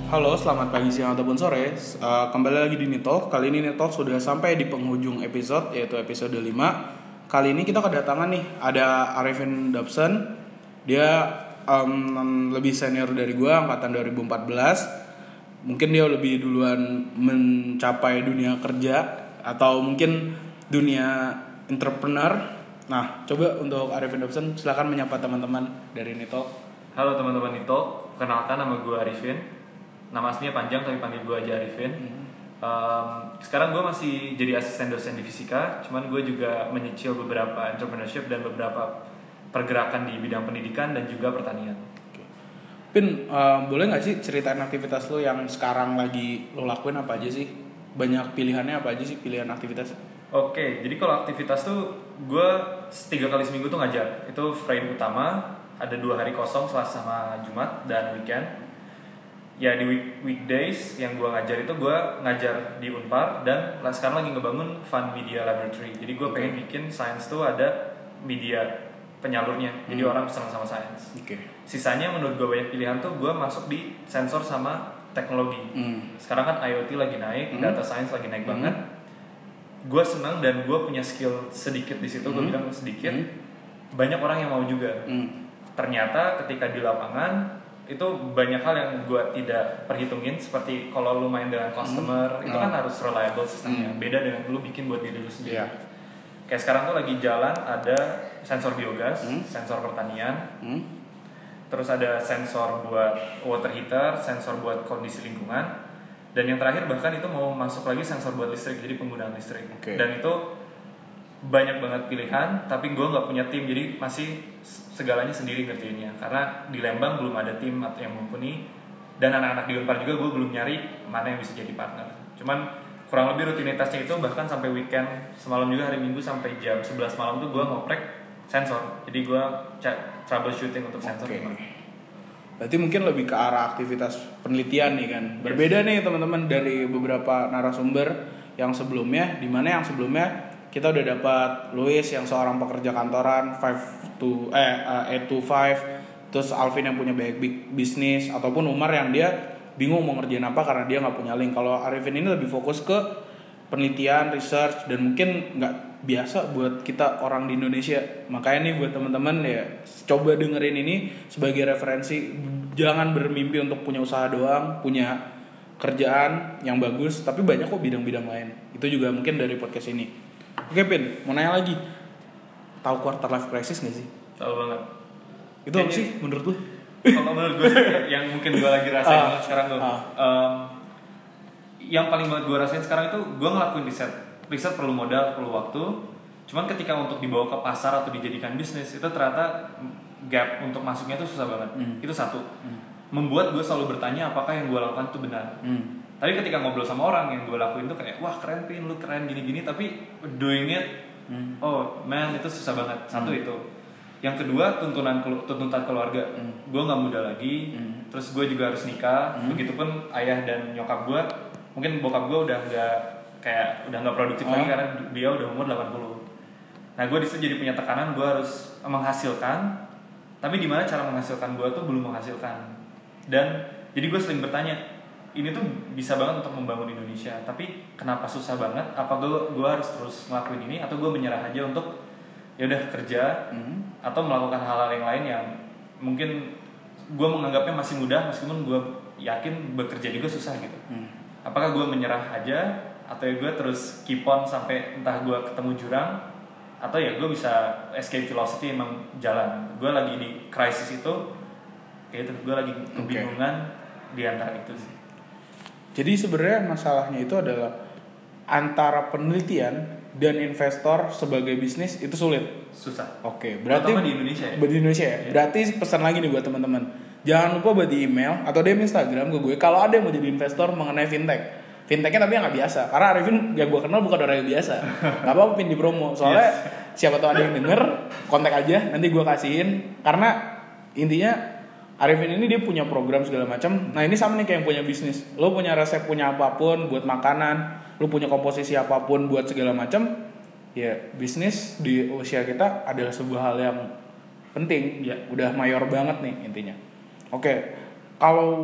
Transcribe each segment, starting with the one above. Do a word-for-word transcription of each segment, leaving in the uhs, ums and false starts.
Halo, selamat pagi, siang, ataupun sore. Uh, Kembali lagi di Nitalk. Kali ini Nitalk sudah sampai di penghujung episode, yaitu episode lima. Kali ini kita kedatangan nih, ada Arifin Dobson. Dia um, lebih senior dari gue, angkatan dua ribu empat belas. Mungkin dia lebih duluan mencapai dunia kerja, atau mungkin dunia entrepreneur. Nah, coba untuk Arifin Dobson, silakan menyapa teman-teman dari Nitalk. Halo teman-teman Nitalk, kenalkan nama gue Arifin. Nama aslinya panjang tapi panggil gue aja Arifin. Mm-hmm. um, Sekarang gue masih jadi asisten dosen di fisika. Cuman gue juga menyicil beberapa entrepreneurship dan beberapa pergerakan di bidang pendidikan dan juga pertanian. Okay. Pin, uh, boleh gak sih ceritain aktivitas lo yang sekarang lagi lo lakuin apa aja sih? Banyak pilihannya apa aja sih pilihan aktivitas? Oke, okay, jadi kalau aktivitas tuh gue tiga kali seminggu tuh ngajar. Itu frame utama, ada dua hari kosong, Selasa sama Jumat dan weekend. Ya di week, weekdays yang gue ngajar itu gue ngajar di Unpar dan sekarang lagi ngebangun Fun Media Laboratory. Jadi gue pengen bikin sains tuh ada media penyalurnya, hmm. jadi orang senang sama sains. Okay. Sisanya menurut gue banyak pilihan tuh gue masuk di sensor sama teknologi. Hmm. Sekarang kan I O T lagi naik, hmm. data science lagi naik hmm. banget. Gue senang dan gue punya skill sedikit di situ, hmm. gue bilang sedikit. Hmm. Banyak orang yang mau juga. Hmm. Ternyata ketika di lapangan itu banyak hal yang gue tidak perhitungin, seperti kalau lu main dengan customer hmm. itu kan harus reliable sistemnya, hmm. beda dengan lu bikin buat diri lu sendiri. Yeah. Kayak sekarang tuh lagi jalan ada sensor biogas, hmm. sensor pertanian, hmm. terus ada sensor buat water heater, sensor buat kondisi lingkungan, dan yang terakhir bahkan itu mau masuk lagi sensor buat listrik, jadi penggunaan listrik. Okay. Dan itu banyak banget pilihan, tapi gue nggak punya tim, jadi masih segalanya sendiri ngerjainnya. Karena di Lembang belum ada tim atau yang mumpuni, dan anak-anak di Unpar juga gue belum nyari mana yang bisa jadi partner. Cuman kurang lebih rutinitasnya itu bahkan sampai weekend, semalam juga hari Minggu sampai jam sebelas malam tuh gue ngoprek sensor. Jadi gue cek troubleshooting untuk sensor. Okay. Berarti mungkin lebih ke arah aktivitas penelitian nih kan. Berbeda yes. nih teman-teman dari beberapa narasumber yang sebelumnya, di mana yang sebelumnya kita udah dapat Louis yang seorang pekerja kantoran five to eh eight to five, terus Alvin yang punya banyak big bisnis, ataupun Umar yang dia bingung mau ngerjain apa karena dia nggak punya link. Kalau Arifin ini lebih fokus ke penelitian, research, dan mungkin nggak biasa buat kita orang di Indonesia. Makanya nih buat teman-teman ya coba dengerin ini sebagai referensi. Jangan bermimpi untuk punya usaha doang, punya kerjaan yang bagus, tapi banyak kok bidang-bidang lain. Itu juga mungkin dari podcast ini. Oke Pin, mau nanya lagi. Tahu quarter life crisis gak sih? Tahu banget. Itu apa sih menurut lu? Kalau menurut gue yang mungkin gue lagi rasain uh, banget sekarang tuh. Uh. Um, yang paling banget gue rasain sekarang itu gue ngelakuin riset. Riset perlu modal, perlu waktu. Cuman ketika untuk dibawa ke pasar atau dijadikan bisnis, itu ternyata gap untuk masuknya itu susah banget. Mm. Itu satu. Mm. Membuat gue selalu bertanya apakah yang gue lakukan itu benar. Mm. Tapi ketika ngobrol sama orang yang gue lakuin tuh kayak wah keren Pin, lu keren gini-gini, tapi doing it hmm. oh man itu susah banget. Satu hmm. itu. Yang kedua tuntunan tuntutan keluarga. Hmm. Gue nggak muda lagi, hmm. terus gue juga harus nikah. Hmm. Begitupun ayah dan nyokap gue, mungkin bokap gue udah nggak kayak udah nggak produktif oh. lagi karena dia udah umur delapan puluh. Nah gue disitu jadi punya tekanan gue harus menghasilkan, tapi di mana cara menghasilkan gue tuh belum menghasilkan. Dan jadi gue sering bertanya, ini tuh bisa banget untuk membangun Indonesia, tapi kenapa susah banget? Apa gue gue harus terus ngelakuin ini atau gue menyerah aja untuk ya udah kerja mm. atau melakukan hal-hal yang lain yang mungkin gue menganggapnya masih mudah meskipun gue yakin bekerja juga susah gitu. Mm. Apakah gue menyerah aja atau ya gue terus keep on sampai entah gue ketemu jurang atau ya gue bisa escape velocity emang jalan. Gue lagi di krisis itu kayak itu gue lagi kebingungan okay. di antara itu sih. Jadi sebenarnya masalahnya itu adalah antara penelitian dan investor sebagai bisnis itu sulit. Susah. Oke, berarti di Indonesia ya. Di Indonesia ya. Yeah. Berarti pesan lagi nih buat teman-teman. Jangan lupa buat di email atau D M Instagram ke gue kalau ada yang mau jadi investor mengenai fintech. Fintechnya tapi yang nggak biasa. Karena Arifin yang gue kenal bukan orang yang biasa. Gak apa-apa Pin di promo. Soalnya yes. siapa tahu ada yang denger, kontak aja nanti gue kasihin. Karena intinya Arifin ini dia punya program segala macam. Nah ini sama nih kayak yang punya bisnis. Lo punya resep punya apapun buat makanan, lo punya komposisi apapun buat segala macam. Ya bisnis di usia kita adalah sebuah hal yang penting. Ya udah mayor banget nih intinya. Oke, kalau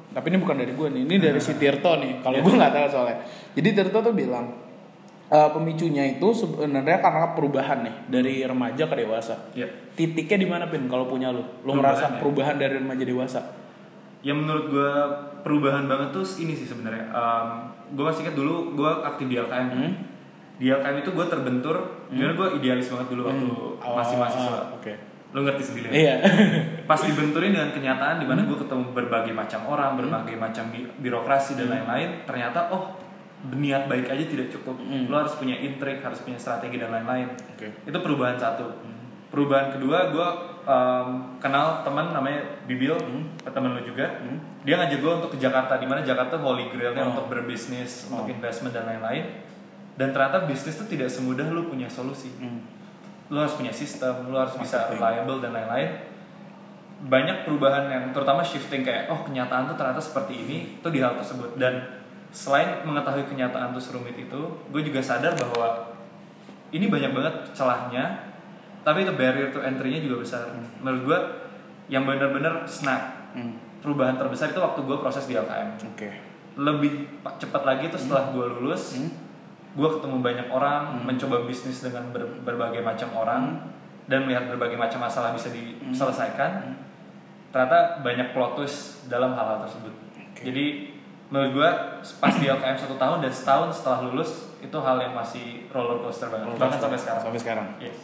Tapi ini bukan dari gue nih, ini dari si Tirto nih. Kalau gue nggak tahu soalnya. Jadi Tirto tuh bilang uh, pemicunya itu sebenarnya karena perubahan nih dari remaja ke dewasa. Yeah. Titiknya di mana Pin? Kalau punya lu, lu merasa ya? Perubahan dari remaja dewasa? Yang menurut gue perubahan banget tuh ini sih sebenarnya. Um, gue masih ingat dulu gue aktif di L K M. Hmm? Di L K M itu gue terbentur, hmm? Karena gue idealis banget dulu waktu hmm. oh, masih mahasiswa. Oke. Okay. Lo ngerti sendiri. Iya. Pas dibenturin dengan kenyataan di mana hmm? gue ketemu berbagai macam orang, berbagai hmm? macam bi- birokrasi dan hmm? lain-lain, ternyata oh niat baik aja tidak cukup. Hmm. Lo harus punya intrik, harus punya strategi dan lain-lain. Okay. Itu perubahan satu. Hmm. Perubahan kedua, gue um, kenal teman namanya Bibil, hmm? teman lo juga. Hmm? Dia ngajak gue untuk ke Jakarta, di mana Jakarta holy grailnya oh. untuk berbisnis, oh. untuk investment dan lain-lain. Dan ternyata bisnis itu tidak semudah lo punya solusi. Hmm. Lo harus punya sistem, lo harus bisa reliable dan lain-lain. Banyak perubahan yang terutama shifting kayak oh kenyataan tuh ternyata seperti ini, itu di hal tersebut. Dan selain mengetahui kenyataan tuh serumit itu, gue juga sadar bahwa ini banyak banget celahnya. Tapi itu barrier to entry-nya juga besar. Hmm. Menurut gue yang benar-benar snap hmm. perubahan terbesar itu waktu gue proses di L K M. Okay. Lebih cepat lagi itu setelah hmm. gue lulus, hmm. gue ketemu banyak orang, hmm. mencoba bisnis dengan ber- berbagai macam orang hmm. dan melihat berbagai macam masalah bisa diselesaikan. Hmm. Ternyata banyak plot twist dalam hal-hal tersebut. Okay. Jadi menurut gue pas di L K M satu tahun dan setahun setelah lulus itu hal yang masih roller coaster banget. Roller Bahkan sampai sekarang. Sampai sekarang. Yes.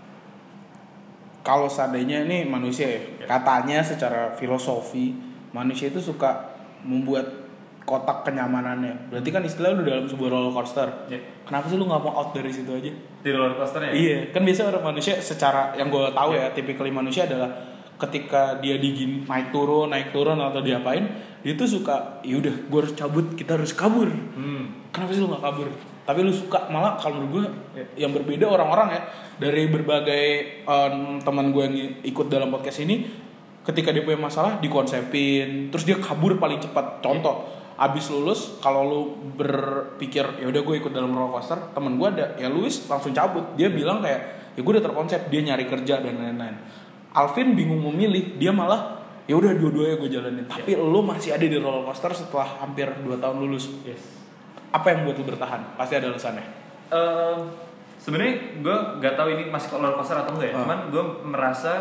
Kalau seandainya ini manusia ya, yeah. katanya secara filosofi manusia itu suka membuat kotak kenyamanannya. Berarti kan istilah lu dalam sebuah roller coaster. Yeah. Kenapa sih lu nggak mau out dari situ aja? Di roller coasternya? Iya, kan biasa orang manusia secara yang gue tahu yeah. ya, tipikal manusia adalah ketika dia digin naik turun, naik turun atau diapain, dia tuh suka, yaudah gue harus cabut, kita harus kabur. Hmm. Kenapa sih lu nggak kabur? Tapi lu suka malah kalau menurut gue yeah. yang berbeda orang-orang ya dari berbagai um, teman gue yang ikut dalam podcast ini, ketika dia punya masalah dikonsepin, terus dia kabur paling cepat. Contoh, yeah. abis lulus kalau lu berpikir ya udah gue ikut dalam roller coaster, teman gue ada ya Luis langsung cabut. Dia bilang kayak ya gue udah terkonsep, dia nyari kerja dan lain-lain. Alvin bingung memilih, dia malah ya udah dua-duanya gue jalanin. Yeah. Tapi lu masih ada di roller coaster setelah hampir dua tahun lulus. Yes. Apa yang buat lu bertahan? Pasti ada alasannya. Uh, Sebenarnya gue nggak tahu ini masih roller coaster atau enggak ya. Uh. Cuman gue merasa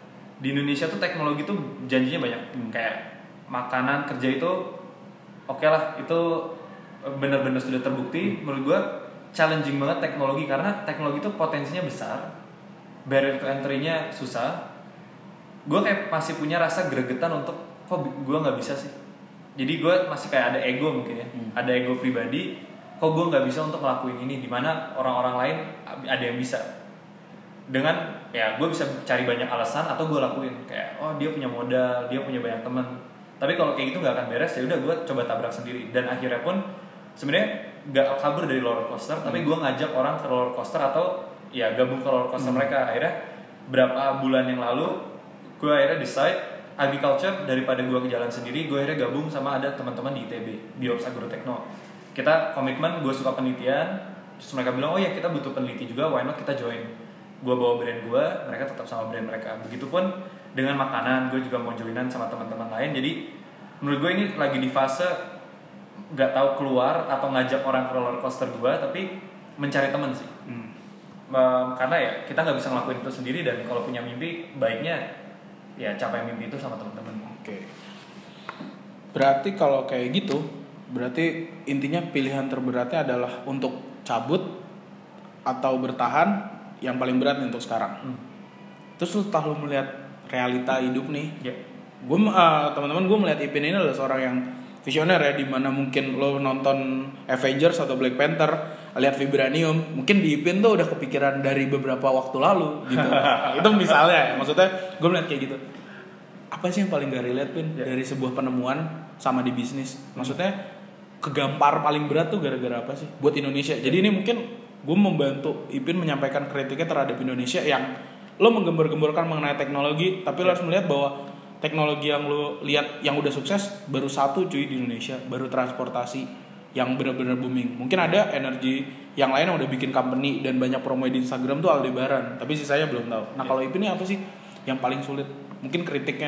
di Indonesia tuh teknologi tuh janjinya banyak. Hmm. Kayak makanan, kerja itu oke okay lah, itu benar-benar sudah terbukti. Menurut gue challenging banget teknologi karena teknologi itu potensinya besar, barrier to entry-nya susah. Gue kayak masih punya rasa gregetan untuk kok gue nggak bisa sih. Jadi gue masih kayak ada ego mungkin ya, hmm. ada ego pribadi. Kok gue nggak bisa untuk ngelakuin ini, dimana orang-orang lain ada yang bisa. Dengan ya gue bisa cari banyak alasan atau gue lakuin kayak oh dia punya modal, dia punya banyak teman. Tapi kalau kayak gitu nggak akan beres, ya udah gue coba tabrak sendiri. Dan akhirnya pun sebenarnya nggak kabur dari roller coaster, hmm. tapi gue ngajak orang ke roller coaster atau ya gabung ke roller coaster hmm. mereka. Akhirnya berapa bulan yang lalu gue akhirnya decide agriculture daripada gue ke jalan sendiri, gue akhirnya gabung sama ada teman-teman di I T B, Biops Agrotekno. Kita komitmen, gue suka penelitian, terus mereka bilang, oh ya kita butuh peneliti juga, why not kita join. Gue bawa brand gue, mereka tetap sama brand mereka. Begitupun dengan makanan, gue juga mau joinan sama teman-teman lain. Jadi menurut gue ini lagi di fase gak tahu keluar atau ngajak orang ke roller coaster gue, tapi mencari teman sih. Hmm. Um, karena ya kita gak bisa ngelakuin itu sendiri, dan kalau punya mimpi, baiknya ya capai mimpi itu sama teman-teman. Oke. Berarti kalau kayak gitu, berarti intinya pilihan terberatnya adalah untuk cabut atau bertahan, yang paling berat nih untuk sekarang. Hmm. Terus setelah lu melihat realita hidup nih, yeah. gue uh, teman-teman gue melihat Ipin ini adalah seorang yang visioner ya, dimana mungkin lo nonton Avengers atau Black Panther, lihat Vibranium, mungkin di Ipin tuh udah kepikiran dari beberapa waktu lalu gitu. Itu misalnya ya, maksudnya gue melihat kayak gitu. Apa sih yang paling gak relate Pin yeah. dari sebuah penemuan sama di bisnis? Maksudnya kegampar paling berat tuh gara-gara apa sih buat Indonesia? Jadi ini mungkin gue membantu Ipin menyampaikan kritiknya terhadap Indonesia yang lo menggembar-gemborkan mengenai teknologi, tapi yeah. lo harus melihat bahwa teknologi yang lo lihat yang udah sukses baru satu cuy di Indonesia, baru transportasi yang benar-benar booming. Mungkin ada energi yang lain yang udah bikin company dan banyak promo di Instagram tuh Aldebaran, tapi sisanya belum tahu. Nah, yeah. kalau Ipin ini apa sih yang paling sulit? Mungkin kritiknya nih.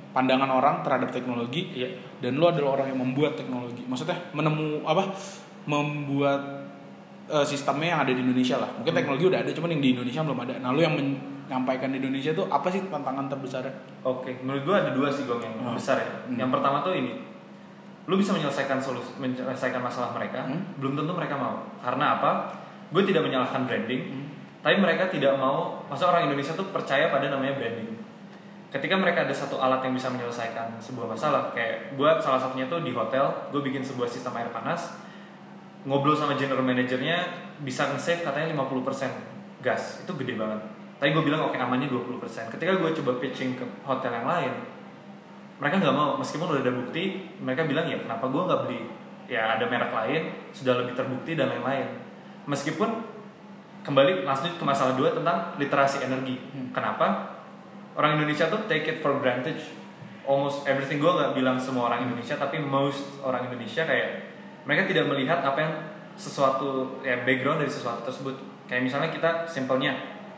pandangan orang terhadap teknologi, yeah. dan lu adalah orang yang membuat teknologi. Maksudnya menemu apa? Membuat uh, sistemnya yang ada di Indonesia lah. Mungkin hmm. teknologi udah ada, cuman yang di Indonesia belum ada. Nah, lu yang menyampaikan di Indonesia tuh apa sih tantangan terbesarnya? Oke, okay. menurut gua ada dua sih Gong yang oh. besar ya. Hmm. Yang pertama tuh ini, lu bisa menyelesaikan solusi, menyelesaikan masalah mereka, hmm? belum tentu mereka mau. Karena apa? Gue tidak menyalahkan branding. Hmm. Tapi mereka tidak mau, masa orang Indonesia tuh percaya pada namanya branding. Ketika mereka ada satu alat yang bisa menyelesaikan sebuah masalah, kayak buat salah satunya tuh di hotel, gue bikin sebuah sistem air panas, ngobrol sama general manajernya bisa nge-save katanya lima puluh persen gas, itu gede banget. Tapi gue bilang oke okay, amannya dua puluh persen. Ketika gue coba pitching ke hotel yang lain, mereka nggak mau, meskipun udah ada bukti, mereka bilang ya kenapa gue nggak beli, ya ada merek lain, sudah lebih terbukti dan lain-lain. Meskipun kembali langsung ke masalah dua tentang literasi energi. Hmm. Kenapa? Orang Indonesia tuh take it for granted. Almost everything, gue gak bilang semua orang Indonesia, tapi most orang Indonesia kayak mereka tidak melihat apa yang sesuatu, ya background dari sesuatu tersebut. Kayak misalnya kita simpelnya,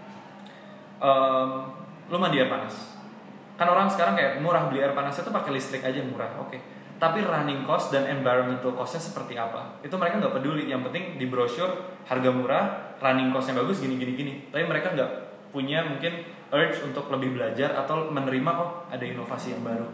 um, lu mandi air panas. Kan orang sekarang kayak murah beli air panas itu pakai listrik aja murah, oke. Okay. Tapi running cost dan environmental costnya seperti apa? Itu mereka nggak peduli. Yang penting di brosur harga murah, running costnya bagus, gini gini gini. Tapi mereka nggak punya mungkin urge untuk lebih belajar atau menerima kok ada inovasi yang baru.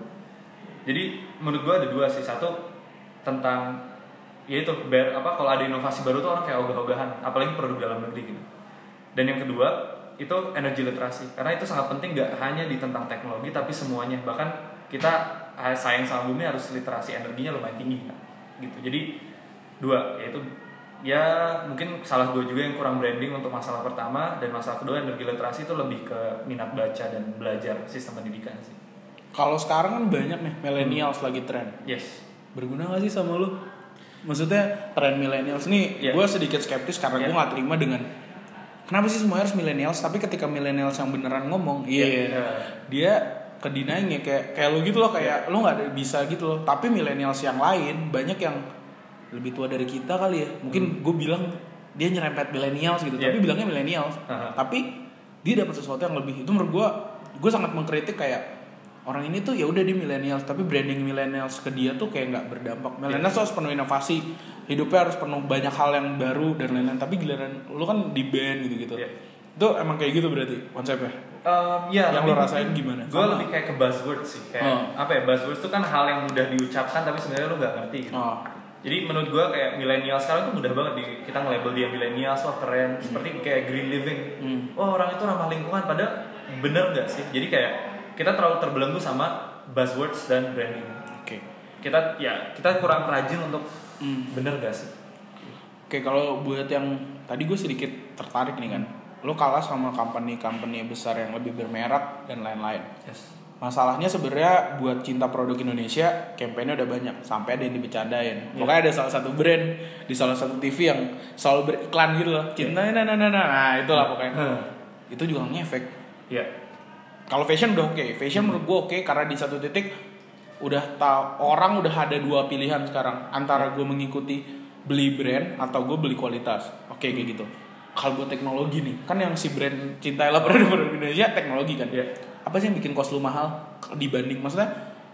Jadi menurut gue ada dua sih. Satu tentang ya itu ber, apa kalau ada inovasi baru tuh orang kayak ogah-ogahan, apalagi produk dalam negeri gitu. Dan yang kedua itu energi literasi, karena itu sangat penting nggak hanya di tentang teknologi tapi semuanya. Bahkan kita sayang sama bumi harus literasi energinya lumayan tinggi kan? Gitu. Jadi dua, yaitu ya mungkin salah gue juga yang kurang branding untuk masalah pertama, dan masalah kedua energi literasi itu lebih ke minat baca dan belajar sistem pendidikan sih. Kalau sekarang kan banyak nih millennials hmm. lagi tren. Yes. Berguna nggak sih sama lu? Maksudnya tren millennials nih, yeah. gue sedikit skeptis karena yeah. gue nggak terima dengan kenapa sih semuanya harus millennials, tapi ketika millennials yang beneran ngomong, iya yeah, yeah. dia kedinaingnya kayak kayak lu gitu loh, kayak lu nggak bisa gitu loh. Tapi millennials yang lain banyak yang lebih tua dari kita kali ya, mungkin hmm. gue bilang dia nyerempet millennials gitu, yeah. tapi bilangnya millennials, uh-huh. tapi dia dapat sesuatu yang lebih. Itu menurut gue, gue sangat mengkritik kayak orang ini tuh ya udah dia millennials, tapi branding millennials ke dia tuh kayak nggak berdampak. Millennials yeah. harus penuh inovasi, hidupnya harus penuh banyak hal yang baru dan lain-lain. Tapi giliran lu kan di band gitu-gitu, yeah. itu emang kayak gitu berarti konsepnya. Um, ya, yang lo rasain gimana? Gue lebih kayak ke buzzword sih, kayak oh. apa ya, buzzword itu kan hal yang mudah diucapkan tapi sebenarnya lo nggak ngerti gitu. Oh. Jadi menurut gue kayak milenial sekarang tuh mudah banget di, kita nge-label dia milenial, wah keren, hmm. seperti kayak green living, hmm. wah orang itu ramah lingkungan, padahal bener nggak sih? Jadi kayak kita terlalu terbelenggu sama buzzwords dan branding. Oke. Okay. Kita ya kita kurang rajin untuk hmm. bener nggak sih? Oke, okay, kalau buat yang tadi gue sedikit tertarik nih kan. Lo kalah sama company-company besar yang lebih bermerek dan lain-lain. Yes. Masalahnya sebenarnya buat cinta produk Indonesia, campaign-nya udah banyak, sampai ada yang dibecandain. Yeah. Pokoknya ada salah satu brand di salah satu T V yang selalu beriklan gitu loh. Cinta yeah. nah nah nah nah, itulah pokoknya. Hmm. Itu juga ngefek. Iya. Yeah. Kalau fashion udah oke, okay. fashion hmm. menurut gue oke okay, karena di satu titik udah tahu orang udah ada dua pilihan sekarang antara gue mengikuti beli brand atau gue beli kualitas. Oke okay, kayak gitu. Kalau buat teknologi nih, kan yang si brand cintailah produk Indonesia teknologi kan. Yeah. Apa sih yang bikin cost lu mahal dibanding, maksudnya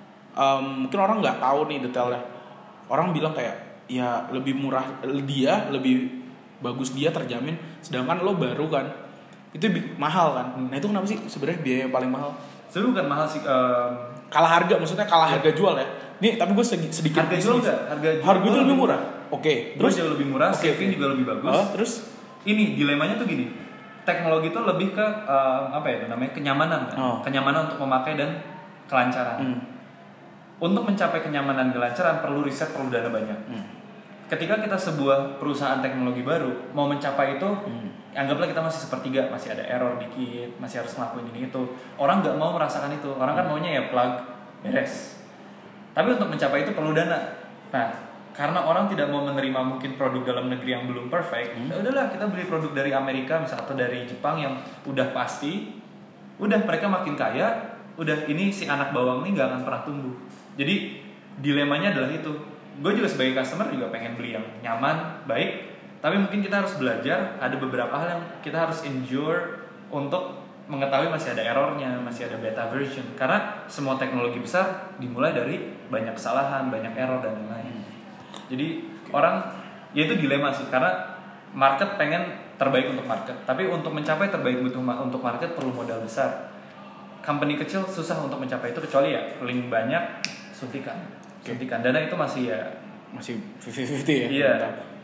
um, mungkin orang nggak tahu nih detailnya. Orang bilang kayak ya lebih murah dia, lebih bagus dia terjamin, sedangkan lo baru kan itu mahal kan. Nah itu kenapa sih sebenarnya biaya yang paling mahal? Sebenarnya bukan mahal sih, um, kalah harga, maksudnya kalah yeah. harga jual ya. Nih tapi gue sedikit harga jual enggak? Harga jual harga jual lebih murah. Oke. Okay. Terus jauh lebih murah, okay, saving okay. juga lebih bagus. Oh, terus ini dilemanya tuh gini, teknologi itu lebih ke uh, apa ya namanya, kenyamanan kan? Oh. Kenyamanan untuk memakai dan kelancaran. Hmm. Untuk mencapai kenyamanan dan kelancaran perlu riset, perlu dana banyak. Hmm. Ketika kita sebuah perusahaan teknologi baru mau mencapai itu, hmm. anggaplah kita masih sepertiga, masih ada error dikit, masih harus ngelakuin ini itu. Orang nggak mau merasakan itu, orang kan maunya ya plug beres. Tapi untuk mencapai itu perlu dana. Nah, karena orang tidak mau menerima mungkin produk dalam negeri yang belum perfect, hmm. ya udahlah kita beli produk dari Amerika misalnya atau dari Jepang yang udah pasti, udah mereka makin kaya, udah ini si anak bawang ini nggak akan pernah tumbuh. Jadi dilemanya adalah itu. Gue juga sebagai customer juga pengen beli yang nyaman, baik, tapi mungkin kita harus belajar ada beberapa hal yang kita harus endure untuk mengetahui masih ada errornya, masih ada beta version. Karena semua teknologi besar dimulai dari banyak kesalahan, banyak error dan lain-lain. Jadi orang, ya itu dilema sih, karena market pengen terbaik untuk market, tapi untuk mencapai terbaik untuk market perlu modal besar. Company kecil susah untuk mencapai itu kecuali ya link banyak, suntikan, suntikan dana itu masih ya masih fifty fifty ya. Iya.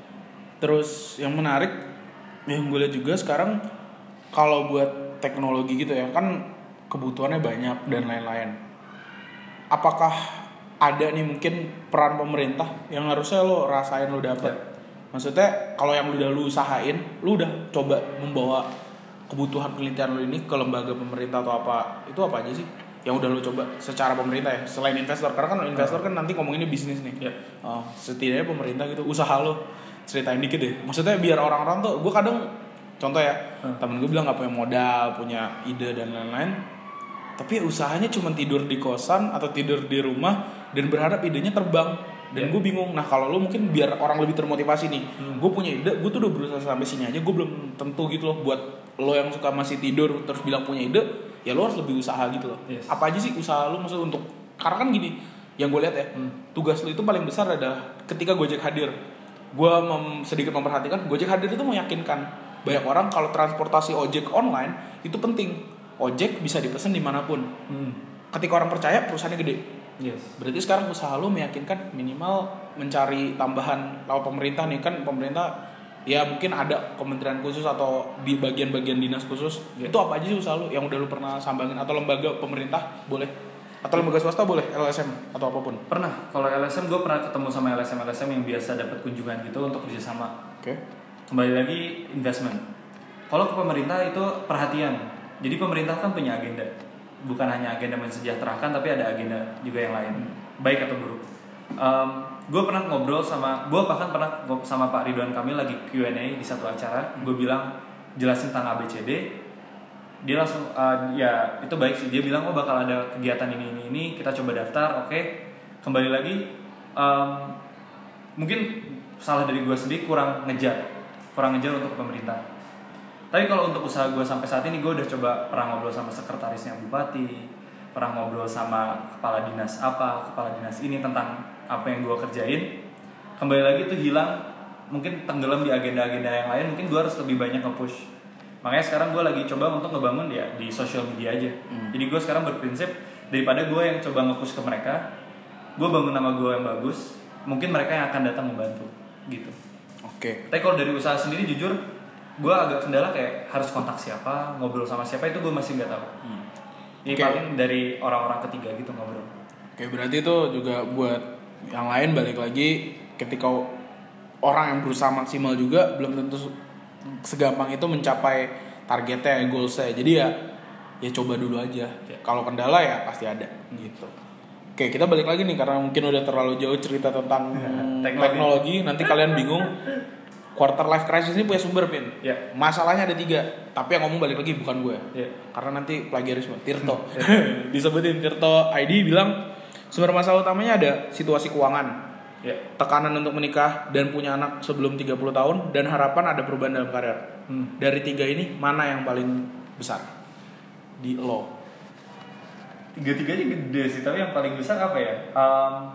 Terus yang menarik yang gue lihat juga sekarang kalau buat teknologi gitu ya kan kebutuhannya banyak dan lain-lain. Apakah ada nih mungkin peran pemerintah yang harusnya lo rasain lo dapet? Ya. Maksudnya kalau yang lo udah lo usahain, lo udah coba membawa kebutuhan penelitian lo ini ke lembaga pemerintah atau apa? Itu apa aja sih yang udah lo coba secara pemerintah ya? Selain investor, karena kan investor kan nanti ngomonginnya bisnis nih. Ya. Oh, setidaknya pemerintah gitu, usaha lo ceritain dikit deh. Maksudnya biar orang-orang tuh, gue kadang contoh ya, hmm. temen gue bilang gak punya modal, punya ide dan lain-lain, tapi usahanya cuma tidur di kosan atau tidur di rumah dan berharap idenya terbang. Dan yeah. gue bingung, nah kalau lo mungkin biar orang lebih termotivasi nih, hmm. gue punya ide, gue tuh udah berusaha sampai sini aja, gue belum tentu gitu loh. Buat lo yang suka masih tidur terus bilang punya ide, ya lo harus lebih usaha gitu loh. Yes. Apa aja sih usaha lo maksudnya untuk, karena kan gini, yang gue lihat ya, hmm. tugas lo itu paling besar adalah ketika Gojek hadir, gue mem, sedikit memperhatikan, Gojek hadir itu meyakinkan banyak orang kalau transportasi ojek online itu penting. Ojek bisa dipesan dimanapun. Hmm. Ketika orang percaya, perusahaannya gede. Yes. Berarti sekarang usaha lo meyakinkan minimal mencari tambahan lewat pemerintah nih kan, pemerintah ya mungkin ada kementerian khusus atau di bagian-bagian dinas khusus. Yeah. Itu apa aja sih usaha lo yang udah lo pernah sambangin, atau lembaga pemerintah boleh, atau lembaga swasta boleh, L S M atau apapun? Pernah. Kalau L S M gue pernah ketemu sama L S M L S M yang biasa dapat kunjungan gitu untuk kerjasama. Oke. Okay. Kembali lagi investment. Kalau ke pemerintah itu perhatian. Jadi pemerintah kan punya agenda, bukan hanya agenda mensejahterakan, tapi ada agenda juga yang lain, baik atau buruk. Um, gue pernah ngobrol sama, gue bahkan pernah sama Pak Ridwan Kamil lagi Q and A di satu acara. Gue bilang jelasin tentang A B C D. Dia langsung, uh, ya itu baik sih. Dia bilang oh bakal ada kegiatan ini ini ini. Kita coba daftar. Oke. Okay. Kembali lagi, um, mungkin salah dari gue sendiri, kurang ngejar. kurang ngejar untuk pemerintah. Tapi kalau untuk usaha gue sampai saat ini, gue udah coba pernah ngobrol sama sekretarisnya bupati, pernah ngobrol sama kepala dinas apa, kepala dinas ini tentang apa yang gue kerjain. Kembali lagi itu hilang, mungkin tenggelam di agenda-agenda yang lain. Mungkin gue harus lebih banyak nge-push. Makanya sekarang gue lagi coba untuk ngebangun ya di social media aja. Hmm. Jadi gue sekarang berprinsip, daripada gue yang coba nge-push ke mereka, gue bangun nama gue yang bagus, mungkin mereka yang akan datang membantu gitu. Oke. Okay. Tapi kalau dari usaha sendiri jujur, gue agak kendala kayak harus kontak siapa, ngobrol sama siapa, itu gue masih nggak tahu. Hmm. Ini okay. Paling dari orang-orang ketiga gitu ngobrol. Oke, okay, berarti itu juga buat yang lain, balik lagi ketika orang yang berusaha maksimal juga belum tentu segampang itu mencapai targetnya, goalsnya. Jadi ya, ya coba dulu aja. Okay. Kalau kendala ya pasti ada gitu. Oke, kita balik lagi nih karena mungkin udah terlalu jauh cerita tentang teknologi. teknologi. Nanti kalian bingung. Quarter life crisis ini punya sumber, Pin. Yeah. Masalahnya ada tiga, tapi yang ngomong balik lagi bukan gue. Yeah. Karena nanti plagiarisme. Tirto. Yeah. Disebutin Tirto I D bilang sumber masalah utamanya ada situasi keuangan, yeah. tekanan untuk menikah dan punya anak sebelum tiga puluh tahun, dan harapan ada perubahan dalam karir. Hmm. Dari tiga ini mana yang paling besar di lo? Tiga-tiganya gede sih, tapi yang paling besar apa ya? Um,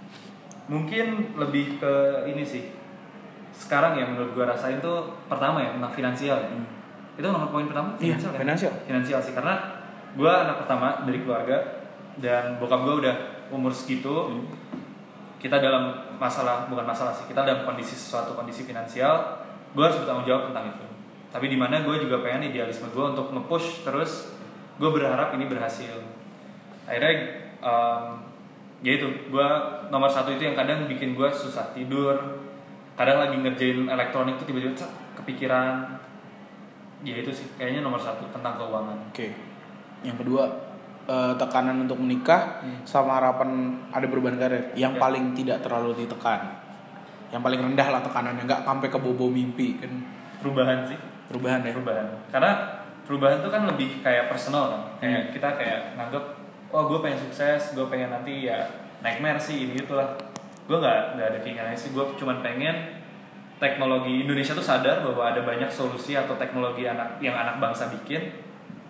mungkin lebih ke ini sih. Sekarang ya menurut gue rasain tuh pertama ya tentang finansial ya. Hmm. Itu nomor poin pertama finansial. Iya, kan? Finansial. Finansial sih, karena gue anak pertama dari keluarga dan bokap gue udah umur segitu. Hmm. Kita dalam masalah, bukan masalah sih, kita dalam kondisi sesuatu kondisi finansial, gue harus bertanggung jawab tentang itu. Tapi di mana gue juga pengen idealisme gue untuk nge-push terus. Gue berharap ini berhasil. Akhirnya um, ya itu, gue nomor satu itu yang kadang bikin gue susah tidur, kadang lagi ngerjain elektronik tuh tiba-tiba cek, kepikiran. Ya itu sih kayaknya nomor satu tentang keuangan. Oke. Yang kedua uh, tekanan untuk menikah hmm. sama harapan ada perubahan karir yang ya. Paling tidak terlalu ditekan, yang paling rendah lah tekanannya, nggak sampai ke bobo mimpi kan. Perubahan sih. Perubahan ya. Perubahan. Karena perubahan tuh kan lebih kayak personal kan. Kayak hmm. kita kayak nganggep oh gue pengen sukses, gue pengen nanti ya naik Mercy ini gitu lah. Gue nggak nggak ada keinginan sih, gue cuma pengen teknologi Indonesia tuh sadar bahwa ada banyak solusi atau teknologi anak yang anak bangsa bikin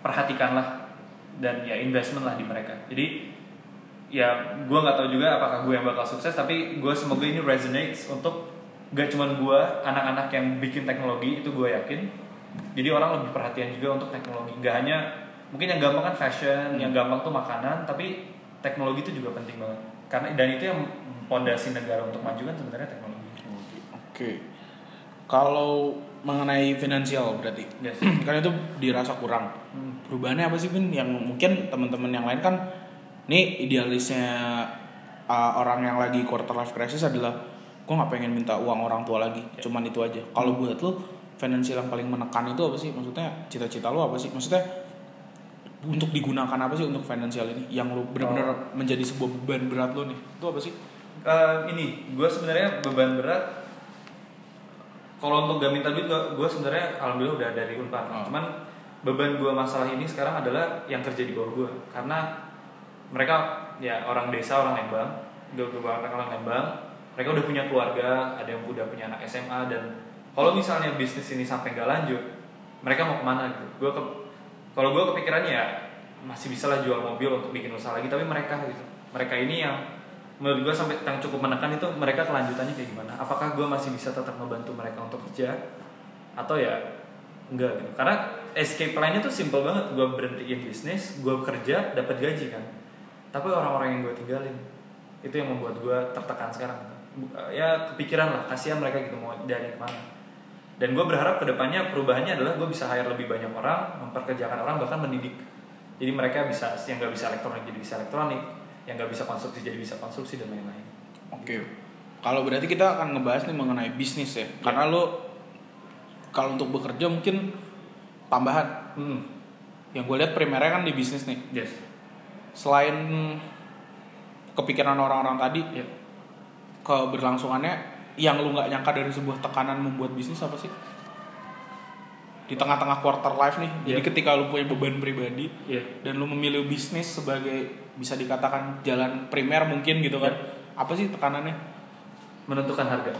perhatikanlah dan ya investment lah di mereka. Jadi ya gue nggak tahu juga apakah gue yang bakal sukses, tapi gue semoga ini resonates untuk gak cuman gue, anak-anak yang bikin teknologi itu gue yakin. Jadi orang lebih perhatian juga untuk teknologi, nggak hanya mungkin yang gampang kan fashion, hmm. yang gampang tuh makanan, tapi teknologi itu juga penting banget. Karena dan itu yang pondasi negara untuk maju kan sebenarnya teknologi. Oke. Okay. Kalau mengenai finansial berarti, yes. kan itu dirasa kurang. Hmm. Perubahannya apa sih Bin? Yang mungkin teman-teman yang lain kan, nih idealisnya uh, orang yang lagi quarter life crisis adalah gue nggak pengen minta uang orang tua lagi, yeah. cuman itu aja. Kalau buat lo finansial yang paling menekan itu apa sih? Maksudnya cita-cita lo apa sih? Maksudnya untuk digunakan apa sih untuk finansial ini? Yang lo benar-benar oh. menjadi sebuah beban berat lo nih, itu apa sih? Uh, ini, gue sebenarnya beban berat. Kalau untuk gak minta duit, gue sebenarnya alhamdulillah udah dari Unpar. Oh. Cuman beban gue masalah ini sekarang adalah yang kerja di bawah gue, karena mereka ya orang desa, orang Lembang, udah beberapa orang Lembang, mereka udah punya keluarga, ada yang udah punya anak S M A, dan kalau misalnya bisnis ini sampai nggak lanjut, mereka mau kemana gitu? Gue ke, kalau gue kepikirannya ya masih bisa lah jual mobil untuk bikin usaha lagi, tapi mereka gitu, mereka ini yang menurut gue sampai yang cukup menekan itu mereka kelanjutannya kayak gimana? Apakah gue masih bisa tetap membantu mereka untuk kerja atau ya enggak gitu? Karena escape plan-nya tuh simple banget, gue berhentiin bisnis, gue kerja dapat gaji kan, tapi orang-orang yang gue tinggalin itu yang membuat gue tertekan sekarang. Ya kepikiran lah, kasihan mereka gitu mau dari kemana. Dan gue berharap kedepannya perubahannya adalah gue bisa hire lebih banyak orang, memperkerjakan orang, bahkan mendidik. Jadi mereka bisa, yang nggak bisa elektronik jadi bisa elektronik, yang nggak bisa konstruksi jadi bisa konstruksi dan lain-lain. Oke, kalau berarti kita akan ngebahas nih mengenai bisnis ya, ya. Karena lo kalau untuk bekerja mungkin tambahan. Hmm. Yang gue lihat primernya kan di bisnis nih. Yes. Selain kepikiran orang-orang tadi, ya. keberlangsungannya yang lu nggak nyangka dari sebuah tekanan membuat bisnis apa sih? Di tengah-tengah quarter life nih, yeah. Jadi ketika lu punya beban pribadi yeah. dan lu memilih bisnis sebagai bisa dikatakan jalan primer mungkin gitu kan, yeah. Apa sih tekanannya? Menentukan harga.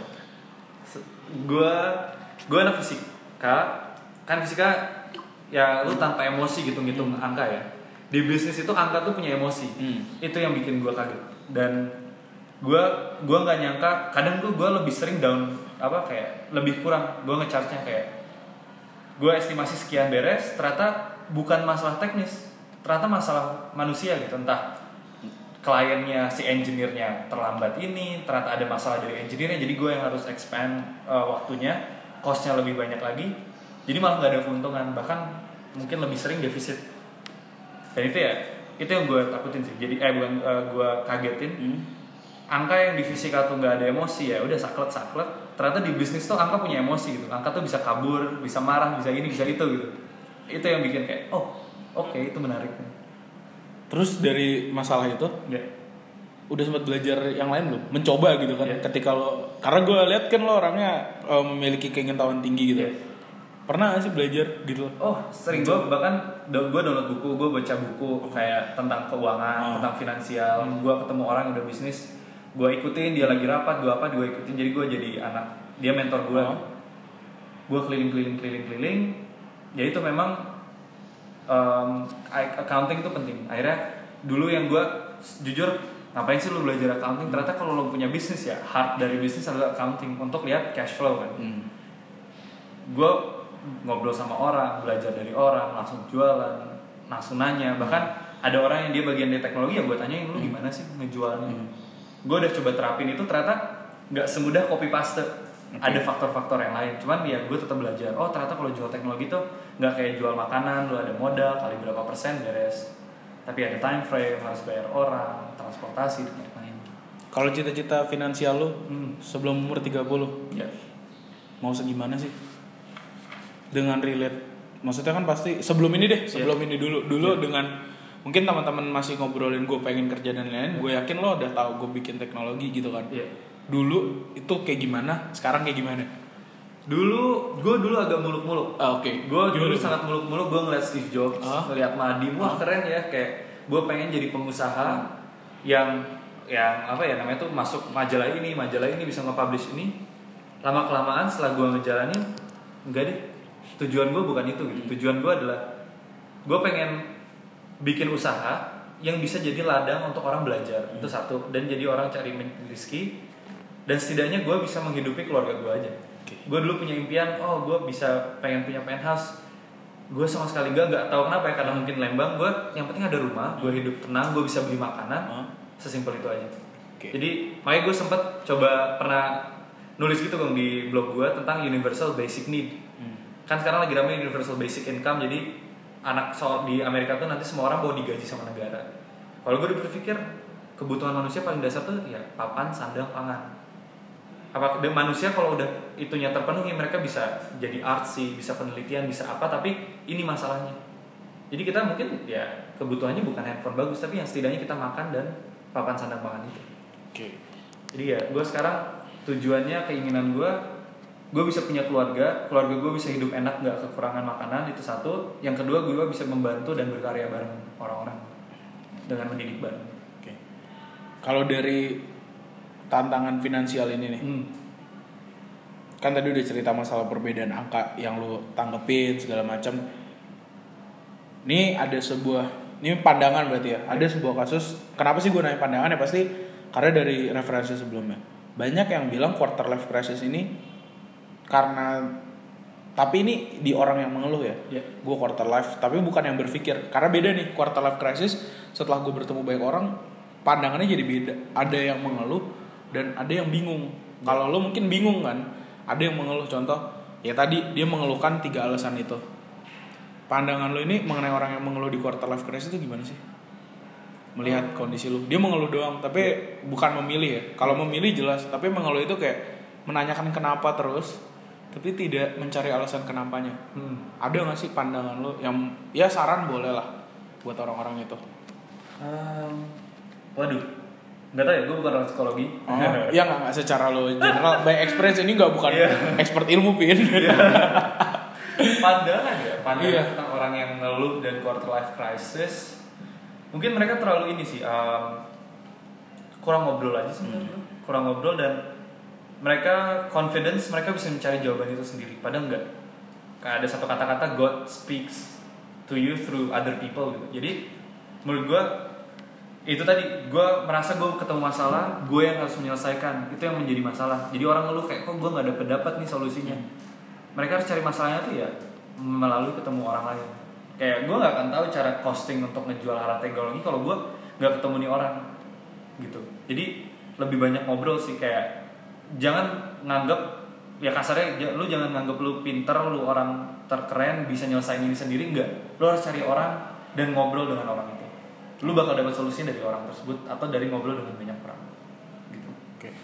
Gue gue anak fisika, kan fisika ya lu tanpa emosi gitu ngitung hmm. angka ya. Di bisnis itu angka tuh punya emosi, hmm. itu yang bikin gue kaget. Dan gue gue nggak nyangka, kadang tuh gue lebih sering down apa kayak lebih kurang gue ngecharge-nya kayak gue estimasi sekian beres, ternyata bukan masalah teknis, ternyata masalah manusia gitu, entah kliennya si engineer-nya terlambat ini, ternyata ada masalah dari engineer-nya, jadi gue yang harus expand uh, waktunya, cost-nya lebih banyak lagi, jadi malah nggak ada keuntungan, bahkan mungkin lebih sering defisit. Dan itu ya itu yang gue takutin sih, jadi eh bukan uh, gue kagetin. hmm. Angka yang di fisika tuh nggak ada emosi ya udah saklek saklek, ternyata di bisnis tuh angka punya emosi gitu, angka tuh bisa kabur, bisa marah, bisa ini, bisa itu gitu. Itu yang bikin kayak oh oke okay, itu menarik. Terus dari masalah itu ya. Udah sempat belajar yang lain belum, mencoba gitu kan, ya. Ketika lo, karena gue lihat kan lo orangnya uh, memiliki keingintahuan tinggi gitu, ya. Pernah gak sih belajar gitu? Oh sering, gue bahkan gue download buku, gue baca buku kayak tentang keuangan, oh. tentang finansial, hmm. gue ketemu orang yang udah bisnis, gue ikutin, dia lagi rapat, gue apa, gue ikutin, jadi gue jadi anak, dia mentor gue, oh. gue keliling-keliling, keliling-keliling, ya itu memang um, accounting itu penting. Akhirnya dulu yang gue jujur, ngapain sih lu belajar accounting? Ternyata kalau lo punya bisnis ya, heart dari bisnis adalah accounting untuk lihat cash flow kan. Hmm. Gue ngobrol sama orang, belajar dari orang, langsung jualan, langsung nanya, bahkan ada orang yang dia bagian dari teknologi, ya gue tanyain lu gimana sih ngejualnya. Hmm. Gue udah coba terapin itu, ternyata nggak semudah copy paste, okay. Ada faktor-faktor yang lain. Cuman ya gue tetap belajar. Oh ternyata kalau jual teknologi tuh nggak kayak jual makanan, lu ada modal kali berapa persen beres. Tapi ada time frame, harus bayar orang, transportasi dan lain-lain. Kalau cita-cita finansial lu hmm. sebelum umur tiga puluh, ya. Mau segimana sih? Dengan relate, maksudnya kan pasti sebelum ini deh, sebelum yeah. ini dulu, dulu yeah. dengan mungkin teman-teman masih ngobrolin gue pengen kerja dan lain-lain, yeah. gue yakin lo udah tahu gue bikin teknologi gitu kan. Yeah. Dulu itu kayak gimana, sekarang kayak gimana? Dulu, gue dulu agak muluk-muluk. Ah, Oke. Okay. Gue dulu sangat muluk-muluk, gue ngeliat Steve Jobs, uh. ngeliat Nadim, wah uh. keren ya, kayak gue pengen jadi pengusaha uh. yang yang apa ya namanya tuh masuk majalah ini, majalah ini bisa nge-publish ini. Lama kelamaan setelah gue ngejalanin, enggak deh. Tujuan gue bukan itu gitu. Tujuan gue adalah gue pengen bikin usaha yang bisa jadi ladang untuk orang belajar, hmm. itu satu, dan jadi orang cari rezeki, dan setidaknya gue bisa menghidupi keluarga gue aja. Okay. Gue dulu punya impian, oh gue bisa pengen punya penthouse, gue sama sekali gak nggak tahu kenapa ya, karena mungkin Lembang, gue yang penting ada rumah, gue hidup tenang, gue bisa beli makanan, hmm. sesimpel itu aja. Okay. Jadi makanya gue sempet coba pernah nulis gitu dong di blog gue tentang universal basic need. hmm. Kan sekarang lagi ramai universal basic income, jadi anak soal di Amerika tuh nanti semua orang mau digaji sama negara. Kalau gue berpikir kebutuhan manusia paling dasar tuh ya papan, sandang, pangan. Apa dan manusia kalau udah itunya terpenuhi, mereka bisa jadi artsy, bisa penelitian, bisa apa, tapi ini masalahnya. Jadi kita mungkin ya kebutuhannya bukan handphone bagus, tapi yang setidaknya kita makan dan papan, sandang, pangan itu. Oke. Okay. Jadi ya gue sekarang tujuannya, keinginan gue, gue bisa punya keluarga, keluarga gue bisa hidup enak, gak kekurangan makanan, itu satu. Yang kedua, gue bisa membantu dan berkarya bareng orang-orang dengan mendidik bareng. Oke. Okay. Kalau dari tantangan finansial ini nih, hmm. kan tadi udah cerita masalah perbedaan angka yang lu tanggepin segala macam. Ini ada sebuah, ini pandangan berarti ya, ada sebuah kasus. Kenapa sih gue nanya pandangan ya? Pasti karena dari referensi sebelumnya. Banyak yang bilang quarter life crisis ini karena, tapi ini di orang yang mengeluh ya, yeah. gue quarter life, tapi bukan yang berpikir. Karena beda nih, quarter life crisis setelah gue bertemu banyak orang, pandangannya jadi beda. Ada yang mengeluh dan ada yang bingung. Yeah. Kalau lo mungkin bingung kan, ada yang mengeluh. Contoh, ya tadi dia mengeluhkan tiga alasan itu. Pandangan lo ini mengenai orang yang mengeluh di quarter life crisis itu gimana sih? Melihat oh. kondisi lo, dia mengeluh doang, tapi yeah. bukan memilih ya. Kalau memilih jelas, tapi mengeluh itu kayak menanyakan kenapa terus, tapi tidak mencari alasan kenapanya. Hmm. Ada nggak sih pandangan lo yang ya saran boleh lah buat orang-orang itu? Um, waduh, nggak tahu ya, gue bukan orang psikologi. Oh, ya nggak nggak secara lo general, by experience ini nggak bukan yeah. expert ilmu pin. Pandangan ya, pandangan yeah. tentang orang yang ngeluh dan quarter life crisis. Mungkin mereka terlalu ini sih, um, kurang ngobrol aja sih, hmm. kurang ngobrol dan mereka confidence, mereka bisa mencari jawaban itu sendiri. Padahal enggak. Kayak ada satu kata-kata, God speaks to you through other people gitu. Jadi menurut gue itu tadi, gue merasa gue ketemu masalah, gue yang harus menyelesaikan. Itu yang menjadi masalah. Jadi orang ngeluh kayak, kok gue nggak dapet dapat nih solusinya. Mereka harus cari masalahnya tuh ya melalui ketemu orang lain. Kayak gue nggak akan tahu cara costing untuk ngejual arah teknologi kalau gue nggak ketemu nih orang gitu. Jadi lebih banyak ngobrol sih, kayak jangan nganggep ya kasarnya, lu jangan nganggep lu pinter, lu orang terkeren bisa nyelesain ini sendiri, enggak. Lu harus cari orang dan ngobrol dengan orang itu. Lu bakal dapat solusinya dari orang tersebut atau dari ngobrol dengan banyak orang. Gitu. Oke. Okay.